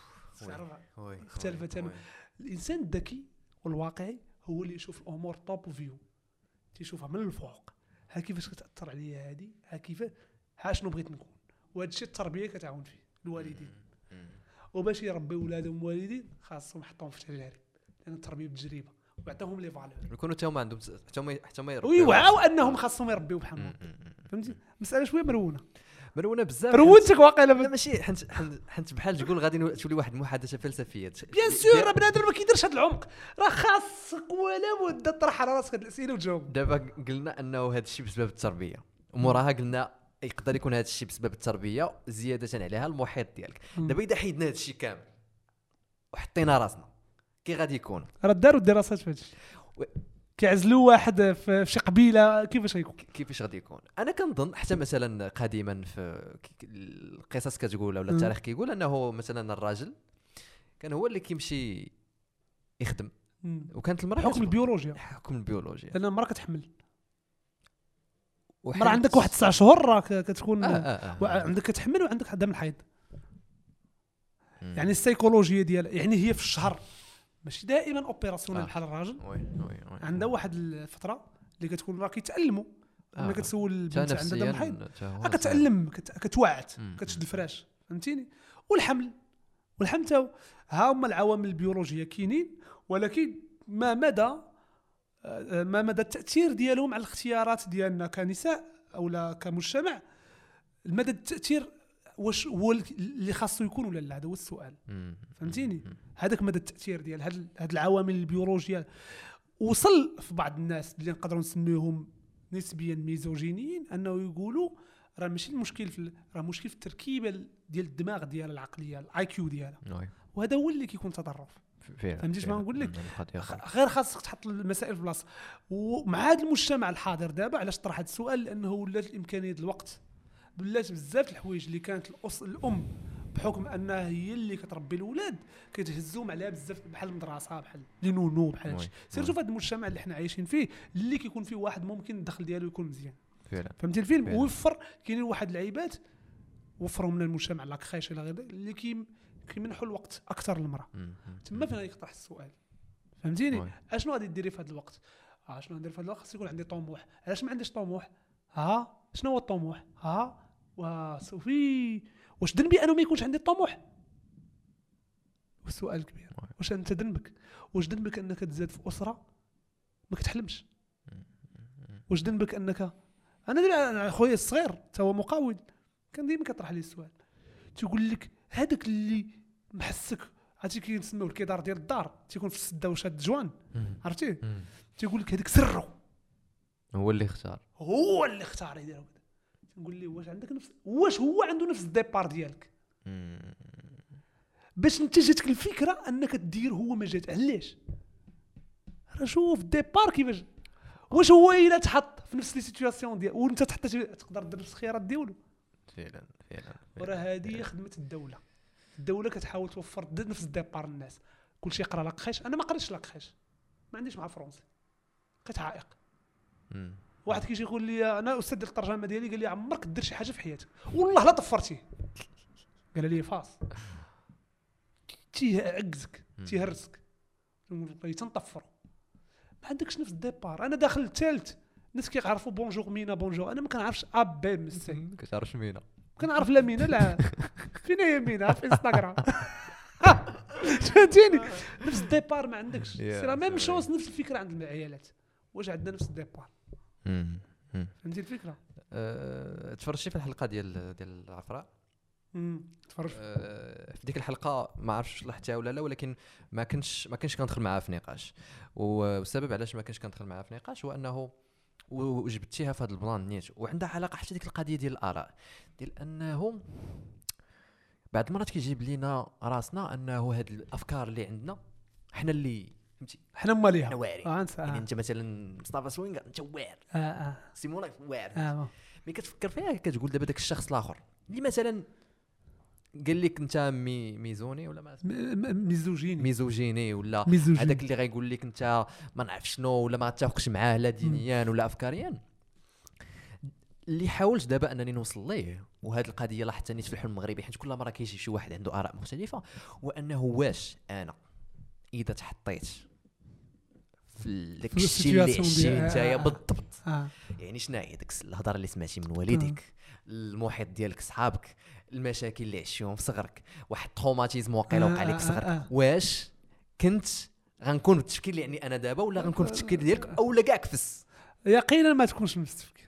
اختلفت تماما. الانسان الذكي والواقعي هو اللي يشوف الامور توب فيو، تيشوفها من الفوق، ها كيفاش كتاثر عليا هذه، ها كيفاش، ها شنو بغيت نكون. وهذا الشيء التربيه كتعاون فيه الوالدين، وباش يربيو ولادهم الوالدين خاصهم يحطوهم في تجارب، لان التربيه بالتجربه ويعطيهم لي فالور يكونوا حتى هما عندهم حتى ما يربيو ويوعاو انهم خاصهم يربيو بحالهم. فهمتي مساله شويه مرونه بزاف. روتك واقيلا ماشي حنت بحال تقول غادي تولي واحد المحادثه فلسفيه. بيان سور راه بنادم ما كيديرش هذا العمق، راه خاصك ولا بد تطرح على راسك هاد الاسئله وتجاوب. دابا قلنا انه هذا الشيء بسبب التربيه، وموراها قلنا يقدر يكون هذا الشيء بسبب التربيه زياده عليها المحيط ديالك. دابا اذا حيدنا هذا الشيء كامل وحطينا راسنا كي غادي يكون، راه داروا دراسات في هذا الشيء كيعزلوا واحد في شي قبيله كيفاش غيكون، كيفاش غادي يكون. انا كنظن حتى مثلا قديما في القصص كتقول ولا التاريخ كيقول انه مثلا الراجل كان هو اللي كيمشي يخدم، وكانت المراه حكم البيولوجيا لان المراه كتحمل، المراه عندك واحد 9 شهور راه كتكون عندك كتحمل وعندك دم الحيض. يعني السيكولوجيا ديال يعني هي في الشهر ماشي دائما اوبيراسيونال بحال الراجل. عندها واحد الفتره اللي كتكون راه كيتالموا ملي كتسول البنت عندها دم الحيض كتالم كتوعت كتشد الفراش، فهمتيني؟ والحمل تا ها هما العوامل البيولوجيه كاينين، ولكن ما مدى التاثير ديالهم على الاختيارات ديالنا كنساء او لا كمجتمع، المدى التاثير واش هو اللي خاصو يكون ولا لا، هذا هو السؤال. فهمتيني؟ هذاك مدى التاثير ديال هاد العوامل البيولوجيه وصل في بعض الناس اللي نقدروا نسميوهم نسبيا ميزوجينيين انه يقولوا راه ماشي المشكل راه مشكل في التركيبه ديال الدماغ ديال العقليه الاي كيو ديالها، وهذا هو اللي كيكون تطرف. فهمتي شنو نقول لك؟ غير خاصك تحط المسائل في بلاصه. ومع هذا المجتمع الحاضر دابا علاش طرح هذا السؤال؟ لانه ولات الامكانيه الوقت، ولات بزاف الحوايج اللي كانت الام بحكم انها هي اللي كتربي الاولاد كتهزوهم عليها بزاف بحال المدرسه بحال لي نونو بحال هادشي. سيرتو في هذا المجتمع اللي حنا عايشين فيه اللي كيكون فيه واحد ممكن الدخل ديالو يكون مزيان فعلا. فهمتي الفيلم؟ وفر كاينين واحد اللعيبات وفروا من المجتمع لاكخيش الى غير اللي كيمنحوا الوقت اكثر للمراه. تما فين يطرح السؤال، فهمتيني؟ اشنو غادي ديري في هذا الوقت؟ شنو ندير في هذا الوقت؟ خص يكون عندي طموح. علاش ما عنديش طموح؟ شنو هو الطموح؟ وصوفي واش ذنبي انا ما يكونش عندي الطموح؟ والسؤال الكبير واش انت ذنبك؟ واش ذنبك انك تزاد في اسره ما كتحلمش؟ واش ذنبك انك انا خويا الصغير تا هو مقاول كان ديما كيطرح لي السؤال، تيقول لك هذاك اللي محسك عرفتي كيسموه الكدار ديال الدار تيكون في السده وشاد جوان عرفتي، تيقول لك هذاك سره هو اللي اختار يدير هكذا. نقول لي واش عندك واش هو عنده نفس الديبار ديالك باش انت جاتك الفكره انك دير هو ما جات؟ علاش؟ راه شوف الديبار كيفاش، واش هو الا تحط في نفس لي سيتوياسيون ديال وانت تقدر دير نفس الخيارات ديالو فعلا. وراه هذه خدمه الدوله كتحاول توفر نفس الديبار للناس. كلشي يقرا لاكخيش، انا ما قريتش لاكخيش، ما عنديش مع الفرنسي، بقيت عائق. واحد كيجي يقول لي انا استاذ ديال الترجمه ديالي، قال لي عمرك دير شي حاجه في حياتك والله لا طفرتيه، قال لي فاس تيعكزك تيهرسك تنطفروا ما عندكش نفس الديبار. انا داخل الثالث الناس كيعرفوا بونجور مينا بونجور، انا ما كنعرفش ابي مسي كتعرفش مينا، كنعرف لا مينا لا فين هي مينا في انستغرام فهمتيني؟ نفس الديبار ما عندكش. سي لا ميم شوز، نفس الفكره عند العيالات. واش عندنا نفس الديبار؟ فهمتي الفكره. تفرجتي في الحلقه ديال العفراء؟ تفرج في ديك الحلقه ما عرفتش لاحظتها ولا لا، ولكن ما كنتش كندخل معها في نقاش، والسبب علاش ما كنتش كندخل معها في نقاش هو انه وجبتيها في هذا البلان نيت، وعندها علاقه حتى ديك القضيه ديال الاراء، ديال انه بعض المرات كيجيب لينا راسنا انه هاد الافكار اللي عندنا حنا اللي فهمتي حنا ماليها حنا واعرين. يعني انت مثلا مصطفى سوينغ انت واعر، سيمون واعر، ملي كتفكر فيها كتقول دابا داك الشخص الاخر اللي مثلا قال لك انت ميزوني ولا ما ميزوجيني ولا هذاك اللي غايقول لك انت ما نعرف شنو ولا ما تتفقش معاه لا دينيا ولا افكاريا. اللي حاولت دابا انني نوصل ليه، وهذه القضيه لاحظتني في الحلم المغربي حيت كل مره كيجي شي واحد عنده اراء مختلفه، وانه واش انا اذا تحطيت في داك الشيء اللي عشتي نتايا بالضبط، يعني شنو هي داك الهضره اللي سمعتي من والديك، المحيط ديالك، صحابك، المشاكل اللي عشتيهم في صغرك، واحد تروماتيزم واقيلا وقع لك في صغرك، واش كنت غنكون بالتفكير اللي يعني انا دابا ولا غنكون بالتفكير ديالك اولا كاع كفس؟ يقينا ما تكونش نفس التفكير.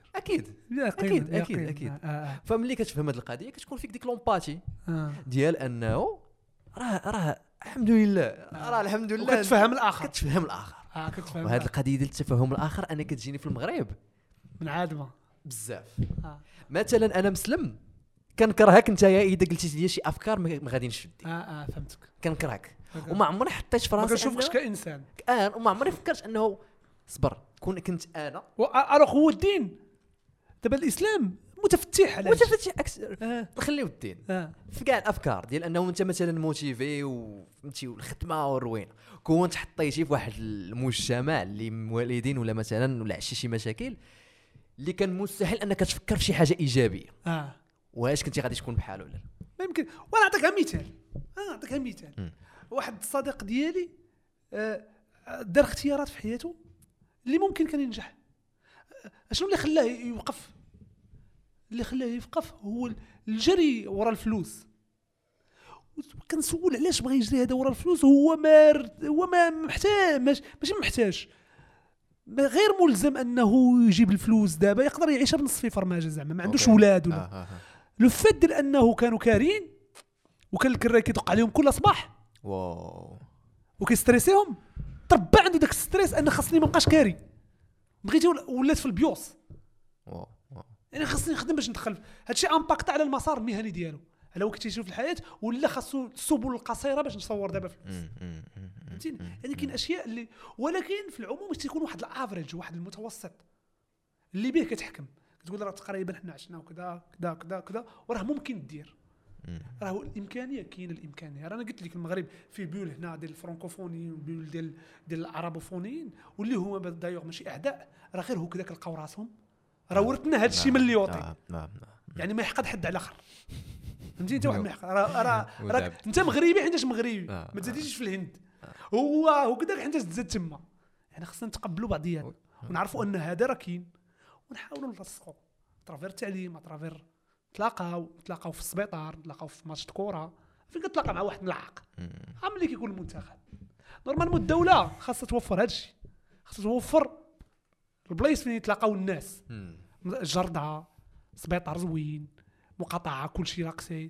اكيد. فملي كتفهم هذه القضيه كتكون فيك ديك لومباتي ديال انه راه الحمد لله، راه الحمد لله كتفهم الاخر. وهذه القضيه ديال التفهم الاخر انا كتجيني في المغرب من عادمه بزاف. مثلا انا مسلم كنكرهك انت اذا قلتي لي شي افكار ما غاديش في يدي. فهمتك. كنكرهك وما عمري حطيت في راسي ما كنشوفكش كانسان. وما عمري فكرت انه صبر كنت انا الوغ هو الدين دابا الاسلام متفتح اكثر. نخليو الدين في كاع الافكار ديال انه انت مثلا موتيفي وفهمتي والخدمه والروينه، كنت حطيتي في واحد المجتمع اللي موالدين ولا مثلا ولا عشتي شي مشاكل اللي كان مستحيل انك تفكر في شي حاجه ايجابيه. واش كنتي غادي تكون بحال ولا ما يمكن. وانا نعطيك مثال. واحد الصديق ديالي دار اختيارات في حياته اللي ممكن كان ينجح. شنو اللي خلاه يوقف؟ اللي خلاه يوقف هو الجري ورا الفلوس. كنسول علاش بغى يجري هذا ورا الفلوس. هو ما محتاج، ماشي محتاج، غير ملزم انه يجيب الفلوس. دابا يقدر يعيش بنص في فرماجه، زعما ما عندوش اولاد ولا لو فات ديال انه كانوا كارين وكان الكراي كيدق عليهم كل صباح وكيستريسيهم، تربى عنده داك الستريس ان خاصني ما نبقاش كاري. بغيتي ولات في البيوس يعني خاصني نخدم باش ندخل هادشي امباكت على المسار المهني ديالو، على هو كيتشوف في الحياه، ولا خاصو السبل القصيره باش نصور دابا فلوس. فهمتيني؟ يعني كاين اشياء اللي، ولكن في العموم تيكون واحد الافريج، واحد المتوسط اللي به كتحكم، كتقول راه تقريبا حنا عشنا وكذا كذا كذا كذا، وراه ممكن دير، راه الامكانيه كاين. الامكانيه انا قلت لك المغرب فيه بيول هنا ديال الفرنكوفونيين وبيول ديال العربوفونيين، واللي هما دايوغ ماشي اعداء، راه غير هكذا كلقاو راسهم، راه ورثنا هذا الشيء من اللي يعطي. يعني ما يحقد حد على اخر. فهمتي؟ انت واحد ما يحقد، راك انت مغربي حيتاش مغربي، ما تزيديش في الهند، هو كذاك حيتاش تزاد تما. يعني خصنا نتقبلوا بعضياتنا ونعرفوا ان هذا راه كاين، ونحاولوا نلصقوا ترافير التعليم، ترافير نتلاقاو في السبيطار، نتلاقاو في ماتش الكره، فين كتلاقى مع واحد ملعق ملي كيكون المنتخب. نورمالمون الدوله خاصها توفر هذا الشيء، خاصها توفر البلايص فين يتلاقاو الناس، الجردعه، سبيطار زوين، مقاطعه كلشي راقصي،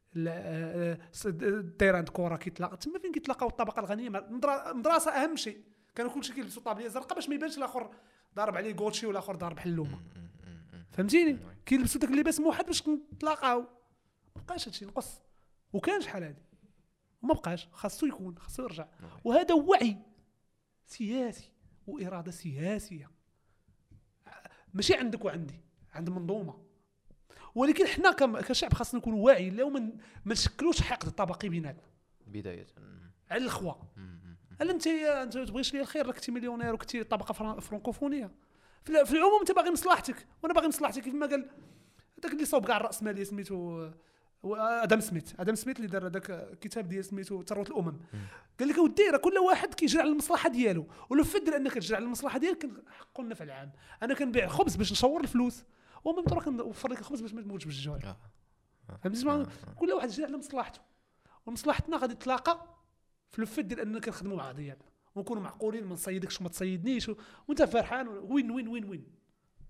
التيران كره كيتلاقى تما فين كيتلاقاو الطبقه الغنيه. مدرسه اهم شيء، كانوا كلشي كيلبسوا طابليه زرقاء باش ما يبانش الاخر ضارب عليه غوتشي ولا اخر ضارب حلومه. فهمتيني؟ كيلبسوا داك اللباس موحد باش نتلاقاو. ما بقاش هادشي، نقص. وكان شحال هادي وما بقاش، خاصو يكون، خاصو يرجع. وهذا وعي سياسي واراده سياسيه، ماشي عندك وعندي، عند منظومه. ولكن حنا كشعب خاصنا نكونوا واعيين لو ما نشكلوش حقد طبقي بيناتنا بدايه على الاخوه. هل انت تبغيش لي الخير، راك كنتي مليونير وكنتي طبقه فرنكوفونيه، في العموم انت باغي مصلحتك وانا باغي مصلحتي. كيف ما قال هذاك اللي صوب كاع الراسماليه سميتو ادم سميث اللي دار هذاك الكتاب ديال سميتو ثروه الامم، قال لك ودي راه كل واحد كيجري على المصلحه ديالو، ولو فدر انك تجري على المصلحه ديالك كنحققوا النفع العام. انا كنبيع خبز باش نشور الفلوس، ومن طرا كنوفر لك الخبز باش ما تموتش بالجوع. فهمتي؟ كل واحد يجري على مصلحته، ومصلحتنا غادي تلاقى في الفد ديال اننا كنخدموا مع بعضياتنا ونكونوا معقولين، ما نصيدكش وما تصيدنيش وانت فرحان. وين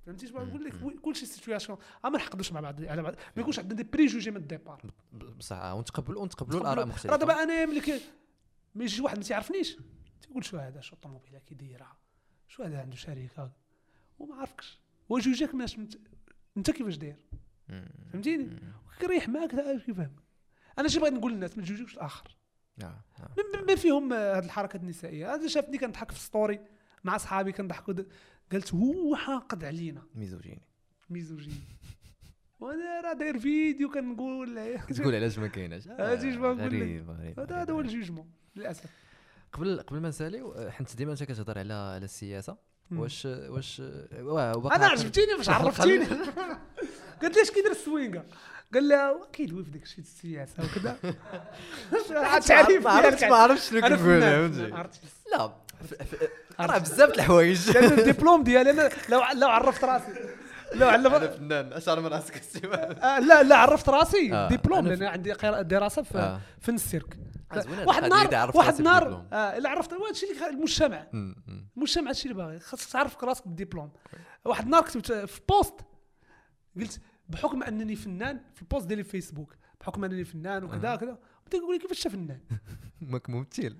فهمتي اش بغيت نقول لك؟ كلشي سيتوياسيون ما نحقدوش مع بعض على بعض، ما يكونش عندنا دي بريجوجي من الديبار. بصح ونتقبلوا الاراء مختلفه. راه دابا انا ملي ما يجي واحد ما تعرفنيش تقول شو هذا، شو الطوموبيله كي دايره، شو هذا عنده شركه وما عارفكش، هو جوجك انت كيفاش داير، فهمتيني؟ كيريح معاك كيفهم. انا شي بغيت نقول للناس ما تجوجوش الاخر. ما فيهم هاد الحركات النسائيه. هذا شافني كنضحك في ستوري مع صحابي كنضحكوا، قالت هو حاقد علينا ميزوجين وانا راه داير فيديو كنقول كتقول علاش ما كايناش. هادي اش بغيت نقول غريب. لك، هذا هو الجوجمون للاسف. قبل ما نساليو، حيت ديما انت كتهضر على السياسه، واش انا عجبتيني باش عرفتيني. قلت ليش كيدير السوينغا؟ قال لها كيدوي في داك الشيء السياسه وكذا. تعريف ما عرفتش شنو كنقول. لا راه بزاف د الحوايج. لان الدبلوم ديالي انا لو عرفت راسي، انا فنان اشعر من راسك السيما. لا عرفت راسي دبلوم، لان عندي دراسه في فن السيرك. واحد نهار الا عرفت هذا الشيء اللي المجتمع هادشي اللي باغي، خاصك تعرف راسك بالدبلوم. واحد النهار كتبت في بوست قلت بحكم انني فنان، في البوست ديالي في فيسبوك، بحكم انني فنان وكذا كذا، تقول لي كيفاش فنان ماك ممثل.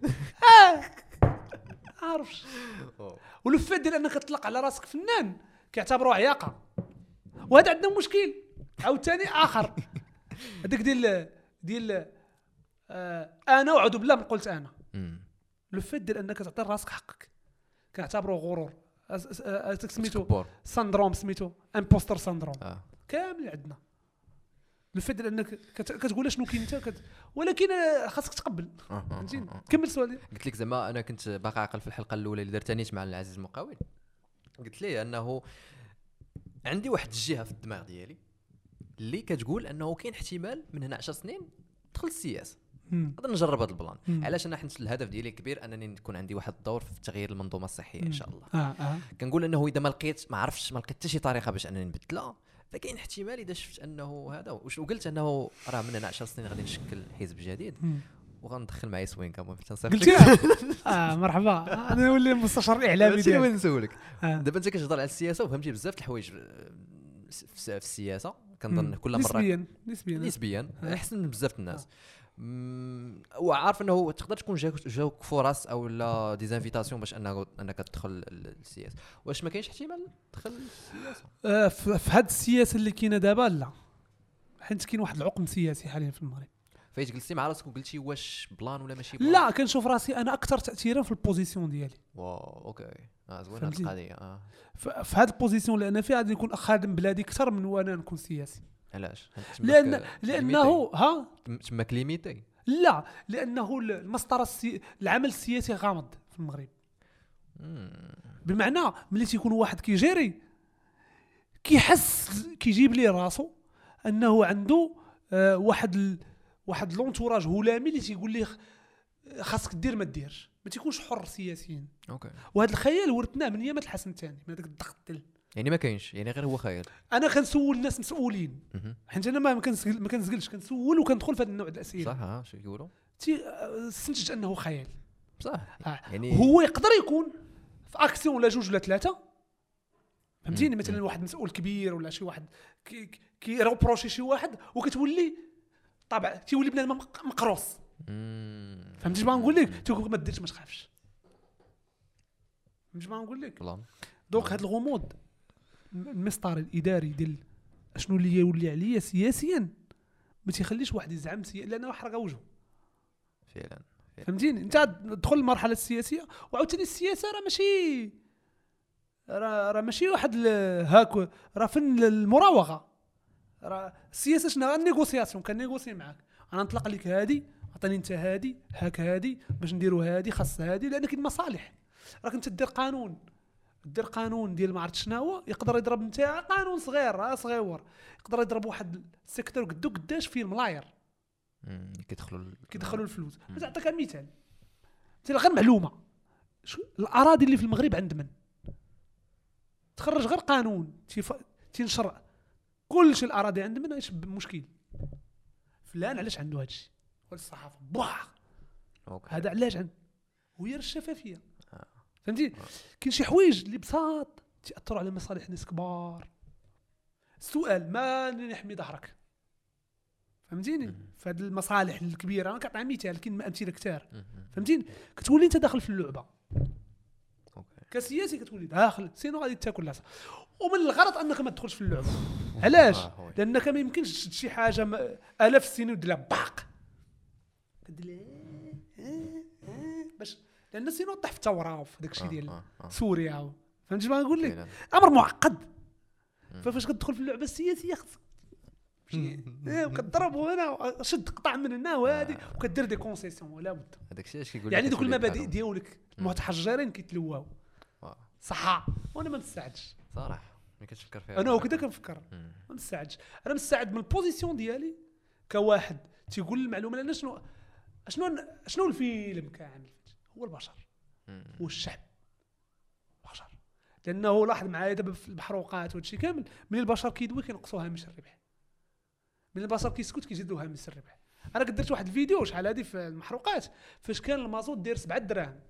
عارفش. ولو فات ديال انك تطلق على راسك فنان كيعتبروه عياقه، وهذا عندنا مشكل عاوتاني اخر. هذاك ديال انا وعد بالله من قلت انا. لو فات ديال انك تعطي راسك حقك كنعتبروه غرور. سميتو سندروم، سميتو امبوستر سندروم. كامل عندنا. لو فات ديال انك كتقول شنو كاين انت ولكن خاصك تقبل. فهمتيني؟ كمل سؤالي. قلت لك زعما انا كنت باقي عاقل في الحلقه الاولى اللي درت نيت مع العزيز المقاول، قلت ليه انه عندي واحد الجهه في الدماغ ديالي اللي كتقول انه كاين احتمال من هنا 10 سنين ندخل السياسه. نقدر نجرب هذا البلان. علاش انا حنت الهدف ديالي كبير انني نكون عندي واحد الدور في تغيير المنظومه الصحيه ان شاء الله. كنقول انه اذا ما لقيت حتى شي طريقه باش انني نبدلها، فكاين احتمال اذا شفت انه هذا وقلت انه راه من هنا 10 سنين غادي نشكل حزب جديد وغندخل معايا سوينكا. المهم تنصيفط مرحبا، انا نولي المستشار الاعلامي ديالك. وين نسولك دابا انت كتهضر على السياسه وفهمتي بزاف د الحوايج في السياسه، كنظن كل مره نسبيا احسن من بزاف الناس. وعارف انه تقدر تكون جاوك فرص او لا ديزانفيتاسيون باش انك تدخل السياسه. واش ما كاينش احتمال تدخل السياسه في هذه السياسه اللي كاينه دابا؟ لا، حيت كاين واحد العقم سياسي حاليا في المغرب. فايت جلستي مع راسك وقلتي واش بلان ولا ماشي بلان؟ لا، كنشوف راسي انا اكثر تاثيرا في البوزيسيون ديالي. اوكي زوينه هذه القضيه. في هذه البوزيسيون اللي انا فيها غادي نكون خادم بلادي اكثر من وانا نكون سياسي. علاش؟ لانه تماك ليميتي. لا، لانه المسطره العمل السياسي غامض في المغرب. بمعنى ملي تيكون واحد كيجيري كيحس كيجيب ليه راسو انه عنده واحد لونتوراج هلامي اللي تيقول ليه خاصك دير ما ديرش، ما تيكونش حر سياسيا. اوكي. وهذا الخيال ورثناه من ايام الحسن الثاني، من هذاك الضغط يعني ما كاينش، يعني غير هو خيال. انا كنسول الناس مسؤولين، حيت انا ما كنسقلش، كنسول وكندخل في هذا النوع ديال الاسئله. صح. شنو كيقولوا؟ استنتج انه خيال. صح. يعني هو يقدر يكون في اكسيون ولا جوج ولا ثلاثه، فهمتيني؟ مثلا واحد مسؤول كبير ولا شي واحد كيروبروشي شي واحد وكتولي طبعا تيولي بنادم مقروص. فهمتي ما نقول لك؟ تقول ما ديرش ما تخافش. فهمتي ما نقول لك؟ دونك هذا الغموض المسطر الاداري ديال شنو اللي يولي عليا سياسيا ما تيخليش واحد يزعم لانه حرقه وجهه فعلا. فهمتيني؟ انت تدخل المرحله السياسيه وعاوتاني السياسه راه ماشي واحد هاك، راه فن المراوغه. راه السياسه شنو؟ النيغوسياسيون، كنيغوسي معاك، انا نطلق لك هادي، عطيني انت هادي، هاك هادي باش نديروا هادي، خاص هادي، لان كاين مصالح. راك انت دير قانون ديال ما عرفت شنو يقدر يضرب نتاع قانون صغير يقدر يضرب واحد السيكتور قداش فيه الملاير كيدخلوا الفلوس. نعطيك مثال غير معلومه، الاراضي اللي في المغرب عند من تخرج غير قانون تنشر كل شيء الاراضي عند من، ايش مشكل فلان علاش عنده هذا الشيء ولا الصحافه هذا علاش عنده، وهي الشفافيه. فهمتي؟ كاين شي حوايج اللي بساط تاثروا على مصالح ناس كبار. السؤال ما نحمي ظهرك، فهمتيني؟ في هذه المصالح الكبيره انا كنعطي مثال، كاين امثله كثار، فهمتيني؟ كتولي انت داخل في اللعبه كسياسي، كتولي داخل سينو غادي تاكل لها. ومن الغلط انك ما تدخلش في اللعبه. علاش؟ لانك ما يمكنش تشد شي حاجه الاف السنين ودير لها باق باش، لان سينو طيح في الثوره وفي داك الشيء ديال سوريا. فهمتي ما نقول لك؟ امر معقد. فاش كتدخل في اللعبه السياسيه خصك وكتضربوا هنا شد قطع من هنا وهادي وكدير دي كونسيسيون ولا بد. هذاك الشيء اش كيقول يعني دوك المبادئ ديالك المتحجرين كيتلواو صح. وانا ما مستعدش صراحه، ملي كتفكر فيها انا وكذا كنفكر ما مستعدش. انا مستعد من البوزيسيون ديالي كواحد تيقول المعلومه. لان شنو الفيلم كامل هو البشر، هو الشعب البشر. لانه لاحظ معايا دابا في المحروقات وهادشي كامل، من البشر كيدوي كينقصوا هامش الربح، من البشر كيسكت كيزيدوا هامش الربح. انا كنت درت واحد الفيديو شحال هادي في المحروقات فاش كان المازوت داير 7 دراهم،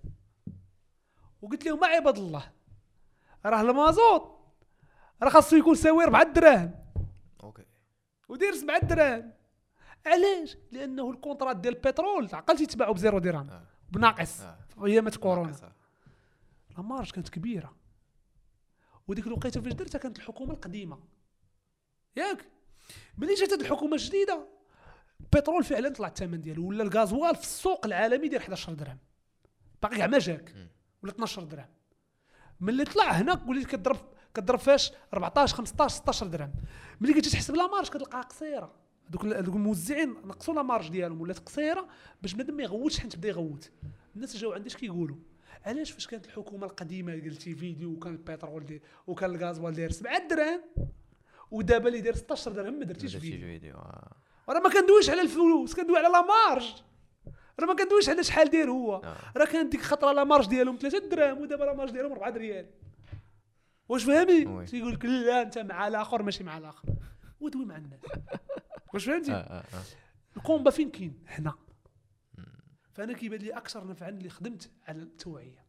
وقلت لهم عباد الله راه المازوت راه خاصو يكون ساوي 4 دراهم اوكي ودير 7 دراهم. علاش؟ لانه الكونطرات ديال البترول عقلتي تباعوا ب0 درهم بناقص في ايامات كورونا. لا مارج كانت كبيره، وديك الوقيته فاش درتها كانت الحكومه القديمه ياك. ملي جات هاد الحكومه الجديده البترول فعلا طلع الثمن ديالو، ولا الغازوال في السوق العالمي ديال 11 درهم باقي كاع ما جاك، ولا 12 درهم. ملي طلع هنا وليت كضرب فاش 14 15 16 درهم. ملي كنتي تحسب لا مارج كتلقاها قصيره. هذوك الموزعين نقصوا لا مارج ديالهم ولات قصيره باش بنادم ما يغوتش حيت بدا يغوت. الناس جاو عندي اش كيقولوا علاش فاش كانت الحكومه القديمه قلتي فيديو وكان البترول ديال وكان الغازوال داير 7 درهم ودابا اللي داير 16 درهم ما درتيش فيديو. راه ما كندويش على الفلوس، كندوي على لا مارج. راه ما كندويش على شحال داير هو. راه كانت ديك الخطره لا مارج ديالهم 3 دراهم ودابا لا مارج ديالهم 4 ريال. واش فهمي؟ تيقول لك لا انت مع الاخر ماشي مع الاخر، ودوي مع الناس. واش فهمتي؟ الكومبا فين كاين؟ حنا. فانا كيبان لي اكثر نفعا اللي خدمت على التوعيه،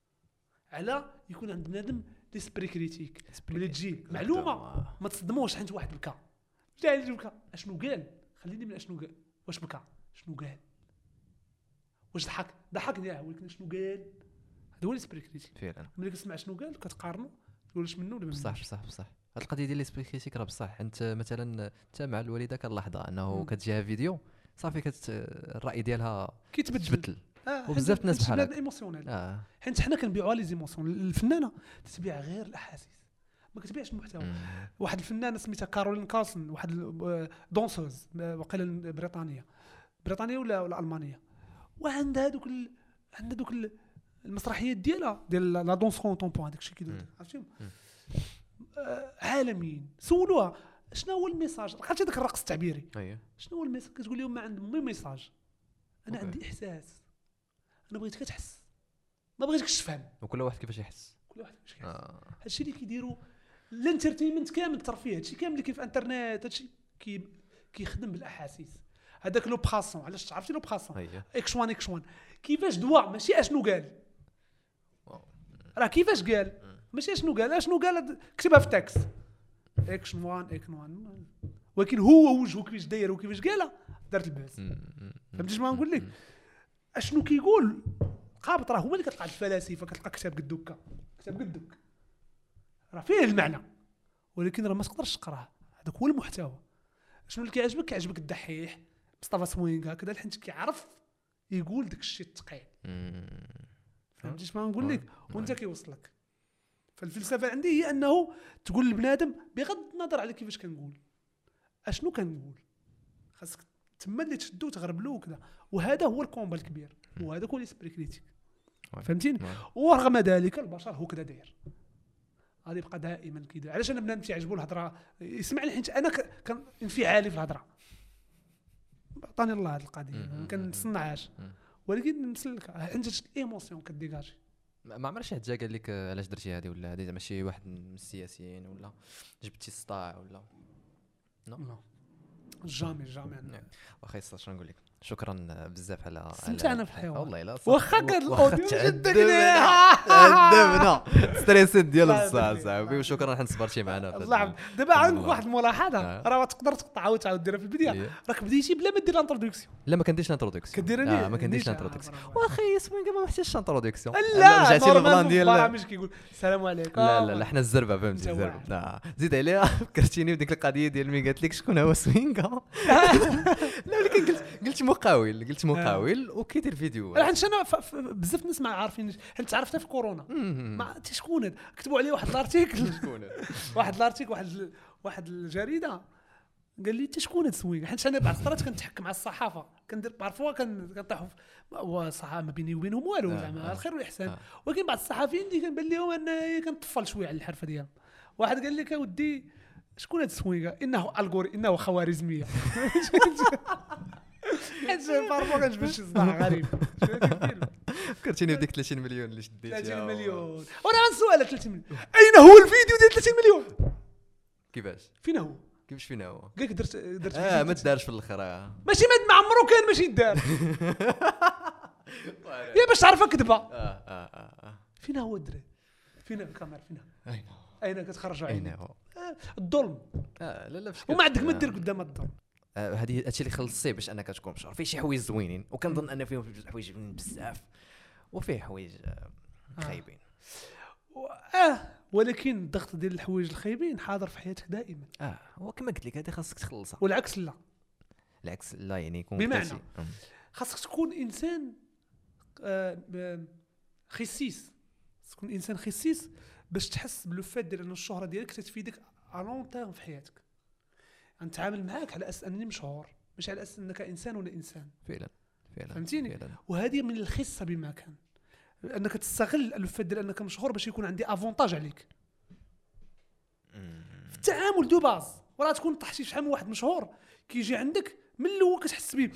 على يكون عند بنادم ليسبري كريتيك. ملي تجي معلومه ما تصدموش حيت واحد بكى جا اللي بكى اشنو قال، خليني من اشنو قال. واش بكى؟ شنو قال؟ واش ضحكني ولكن شنو قال؟ هذا هو ليسبري كريتيك فعلا. ملي كتسمع شنو قال كتقارنوا تقول واش منه ولا منه. بصح هاد القضيه ديال ليسبري كريتيك راه بصح. انت مثلا انت مع الوالده كنلاحظها انه كتجيها فيديو صافي الراي ديالها كيتبدل وبزاف الناس بحال هكا ايموسيونيل. حيت حنا كنبيعوها لي زيموسيون. الفنانه تتبيع غير الاحاسيس ما كتبيعش المحتوى. واحد الفنانه سميتها كارولين كارسون، واحد دونسوز وقيله بريطانيه ولا المانيه، وعندها دوك المسرحيات ديالها ديال لا دونس كونتومبون. داكشي كيدير عرفتي عالميين. سولوها شنو هو الميساج، عرفتي داك الرقص التعبيري شنو هو الميساج؟ كتقول لهم ما عندهم ميساج. انا عندي احساس، انا بغيتك تحس ما بغيتكش تفهم. وكل واحد كيفاش يحس، كل واحد كيفاش يحس. هادشي اللي كيديروا الانترتينمنت كامل، الترفيه، هادشي كامل اللي كاين في الانترنت، هادشي كيخدم بالاحاسيس. هذاك لو براسون، علاش عرفتي لو براسون اكشوان كيفاش دواء ماشي اشنو قال. راه كيفاش قال ماشي اشنو قال. اشنو قال كتبها في التكست اكشوان ولكن هو وجهه كيفاش داير وكيفاش قالها دارت البعث. فهمتي شنو نقول لك؟ اشنو كيقول قابط راه هو اللي كتلقى الفلاسفه كتلقى كتاب قدك راه فيه المعنى، ولكن راه ما تقدرش تقراه. هذاك هو المحتوى. شنو اللي كيعجبك الدحيح مصطفى سوينغا كذا حيت كيعرف يقول داك الشيء الثقيل. فهمتي شنو نقول لك؟ وانت كيوصلك. فالفلسفه عندي هي انه تقول لبنادم بغض النظر على كيفاش كنقول اشنو كنقول، خاصك تما اللي تشدو وتغربلو وكذا. وهذا هو الكومبا الكبير، وهذا هو ليسبري كريتيك. فهمتيني؟ ورغم ذلك البشر هو كذا داير، غادي يبقى دائما كذا. علاش انا بنادم تيعجبو الهضره يسمعني حيت انا كان انفعالي في الهضره. عطاني الله هذه القضيه ما كنصنعهاش، ولكن نسلك عندك ايموسيون كديجاجي. ما عمر شي حد جا قال لك علاش درتي هذه ولا هذه، زعما شي واحد من السياسيين ولا جبتي السطاع ولا نو جامي واخا يسطا شنو نقول لك. شكرا بزاف على استمتعنا في الحوار. والله لا واخا كان الاوديو تعذبنا ستريسيت ديال الله الساعه يبارك صاحبي وشكرا حيت صبرتي معنا الله يعاون. دابا عندك واحد الملاحظه آه. راه تقدر تقطعها وتعاود ديرها في البدايه. إيه. راك بديتي بلا ما دير الانتروداكسيون. لا ما كنديرش الانتروداكسيون كدير ليه؟ ما كنديرش نيشان. الانتروداكسيون برافو. واخي سوينغ ما محتاجش الانتروداكسيون لا رجعتي نورمال للبلان في ديال البرامج كيقول السلام عليكم. لا حنا الزربه فهمتي أنت الزربه واعر. لا زيد عليها فكرتيني بديك القضيه ديال ملي قالت لك شكون هو سوينغا لا ولكن قلت مقاول وكيدير فيديو راه حيت انا بزاف الناس ما عارفين حيت تعرفنا في كورونا ما عرفتي شكون هذا. كتبوا عليه واحد الارتيكل واحد الجريده قال لي انت شكون هاد سوينغ. حيت انا بعض الصرات كنتحك مع الصحافه كندير بارفوا كنطيحوا الصحافه ما بيني وبينهم والو زعما الخير والاحسان. ولكن بعض الصحفيين اللي كنبان لهم انني كنطفل شويه على الحرفه ديالهم. واحد قال لك اودي شكون هاد سوينغ انه انه خوارزميه. حيت بارفوا كنجبد شي صداع غريب. فكرتيني بديك 30 مليون اللي شديتيها 30 مليون وانا غنسول 30 مليون. اين هو الفيديو ديال 30 مليون؟ كيفاش فين هو؟ كيفاش فينا هو قال لك درت ما تدارش في الاخر ماشي ما عمرو كان ماشي دار. يا باش تعرف كذبه. فين هو الدري؟ فين الكاميرا؟ فين اين كتخرجوا اين عيني؟ هو الظلم. لا وما عندك ما دير قدام الظلم. هذه هادشي اللي خلصتي باش انك تكون مشهور فيه شي حوايج زوينين وكنظن ان فيهم حوايج بزاف وفيه حوايج خايبين ولكن الضغط ديال الحوايج الخايبين حاضر في حياتك دائما. هو كما قلت لك هذه خاصك تخلصها والعكس لا. العكس لا يعني يكون بمعنى خاصك تكون انسان خسيس. تكون انسان خسيس باش تحس بلو فات ديال ان الشهره ديالك تتفيدك الون تيرم في حياتك. نتعامل معاك على اساس انني مشهور مش على اساس انك انسان ولا انسان. فعلا فهمتيني. وهذه من الخصه بما كان انك تستغل الفات ديال انك مشهور باش يكون عندي افونتاج عليك في التعامل دو باز. وراه تكون طحتي شحال من واحد مشهور كيجي عندك من الاول كتحس به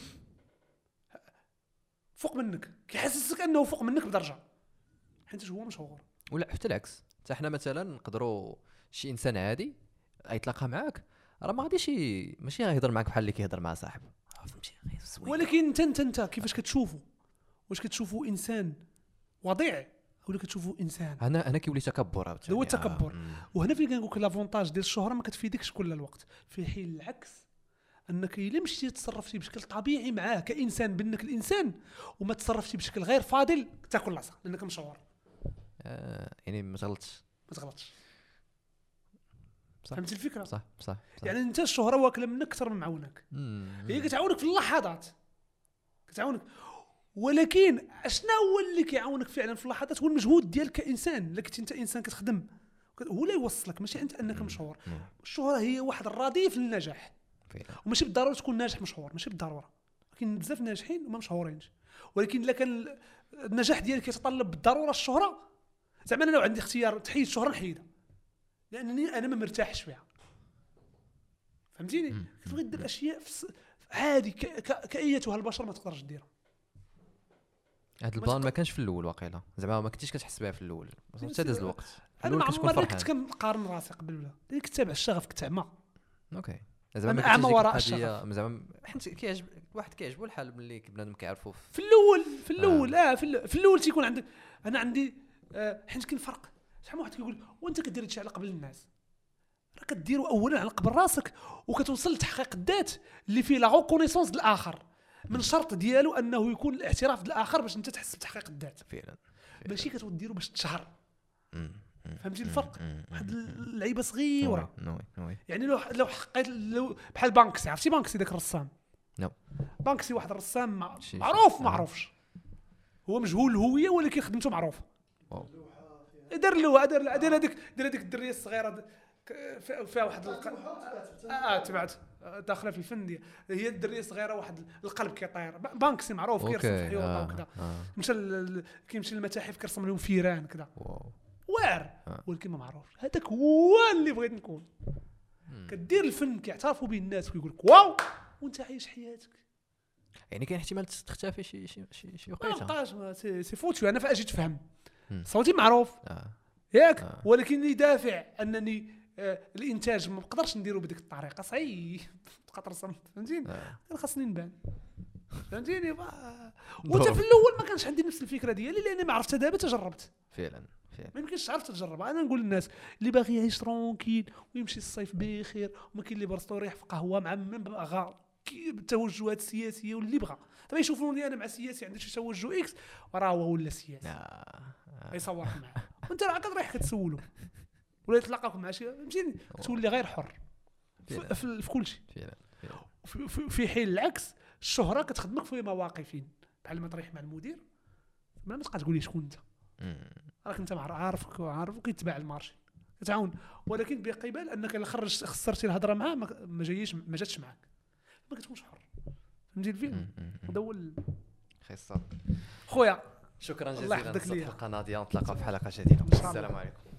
فوق منك كيحسسك انه فوق منك بدرجه حيت هو مشهور. ولا حتى العكس حتى حنا مثلا نقدروا شي انسان عادي يتلاقى معاك راه ما غاديش ماشي غيهضر معاك بحال اللي كيهضر مع صاحبه فهمتي. ولكن انت كيفاش كتشوفه؟ واش كتشوفه انسان وضيع ولا كتشوفه انسان؟ انا كيولي تكبر هو التكبر. وهنا فين كنقول لك لافونتاج ديال الشهره ما كتفيدكش كل الوقت. في حين العكس انك الا مشيتي تصرفتي بشكل طبيعي معاه كانسان بانك الانسان وما تصرفتي بشكل غير فاضل تاكل لاصق لانك مشهور. يعني ما تغلطش فهمتي الفكره؟ صح. يعني انت الشهره واكله منك اكثر من معاونك. هي كتعاونك في اللحظات كتعاونك. ولكن اشنا هو اللي كيعاونك فعلا في اللحظات هو المجهود ديالك كانسان. الا كنت انت انسان كتخدم هو اللي يوصلك ماشي انت انك مشهور. الشهره هي واحد الرديف للنجاح وماشي بالضروره تكون ناجح مشهور ماشي بالضروره. كاين بزاف ناجحين وما مشهورينش. ولكن الا كان النجاح ديالك يتطلب بالضروره الشهره زعما انا لو عندي اختيار تحيد الشهره نحيدها لانني انا ما مرتاحش فيها. فهمتيني؟ كتبغي دير اشياء عادي كايتها البشر ما تقدرش ديرها. هذا البلان ما كانش في الاول واقيلا زعما ما كنتيش كتحس بها في الاول حتى داز الوقت. انا ما عمرني كنت كنقارن راسي قبل ولا اللي كتابع الشغف كنت اعمى. اوكي زعما اعمى وراء الشغف زعما حيت كيعجب الواحد كيعجبو الحال ملي بنادم كيعرفوا في الاول في الاول تيكون عندك انا عندي حيت كاين فرق. شحال من واحد كيقول وانت كدير هادشي على قبل الناس راه كديروا اولا على قبل راسك وكتوصل لتحقيق الذات اللي فيه لا ريكونيسونس الاخر. من شرط ديالو انه يكون الاعتراف بالاخر باش انت تحس بتحقيق الذات فعلا ماشي كتديروا باش تشهر. فهمتي الفرق؟ واحد اللعيبه صغيره يعني لو حقيت بحال بانكسي. عرفتي بانكسي داك الرسام؟ بانكسي واحد الرسام معروف معروفش هو مجهول الهويه ولكن خدمته معروفه. دار هذيك الدريه الصغيره فيها واحد تبعت داخله في الفن ديال هي الدريه الصغيره واحد القلب كيطير. بانكسي معروف كيرسم في الحيوط وكذا. مشى كيمشي للمتاحف كيرسم لهم فيران كذا واعر ولكن ما معروفش. هذاك هو اللي بغيت نكون. كدير الفن كيعترفوا به الناس ويقول لك واو وانت عايش حياتك. يعني كاين احتمال تختفي شي وقيته. ما بقاش سي فوتو. انا فاجي تفهم صوتي معروف ياك ولكن يدافع انني الانتاج ما بقدرش نديرو بديك الطريقه صعيب تبقى ترسم. فهمتيني؟ خاصني نبان فهمتيني وانت في الاول ما كانش عندي نفس الفكره ديالي لاني ما عرفتها دابا تجربت. فعلا ما يمكنش تعرف تجربها. انا نقول للناس اللي باغي يعيش ترونكيل ويمشي الصيف بخير وما كاين اللي برسطو يريح في قهوه مع من بغى التوجهات السياسيه واللي بغى دابا يشوفوني انا مع سياسي عنده شي توجه اكس راه هو ولا سياسي يصورك معاه وانت راه كتريح كتسولو ولا يتلاقاكم مع شي فهمتيني تولي غير حر في كل شيء. في حين العكس الشهره كتخدمك في مواقفين بحال ما تريح مع المدير ما تبقى تقول لي شكون انت راك انت عارفك وكيتباع المارشي كتعاون. ولكن بقبال انك الا خسرتي الهضره معاه ما جاتش معاك ما كتكونش حر. فهمتي الفيلم هذا هو خير. خويا شكرا الله جزيلا يحفظك ليا. القناه ديالنا نتلاقاو في حلقه جديده. السلام عليكم.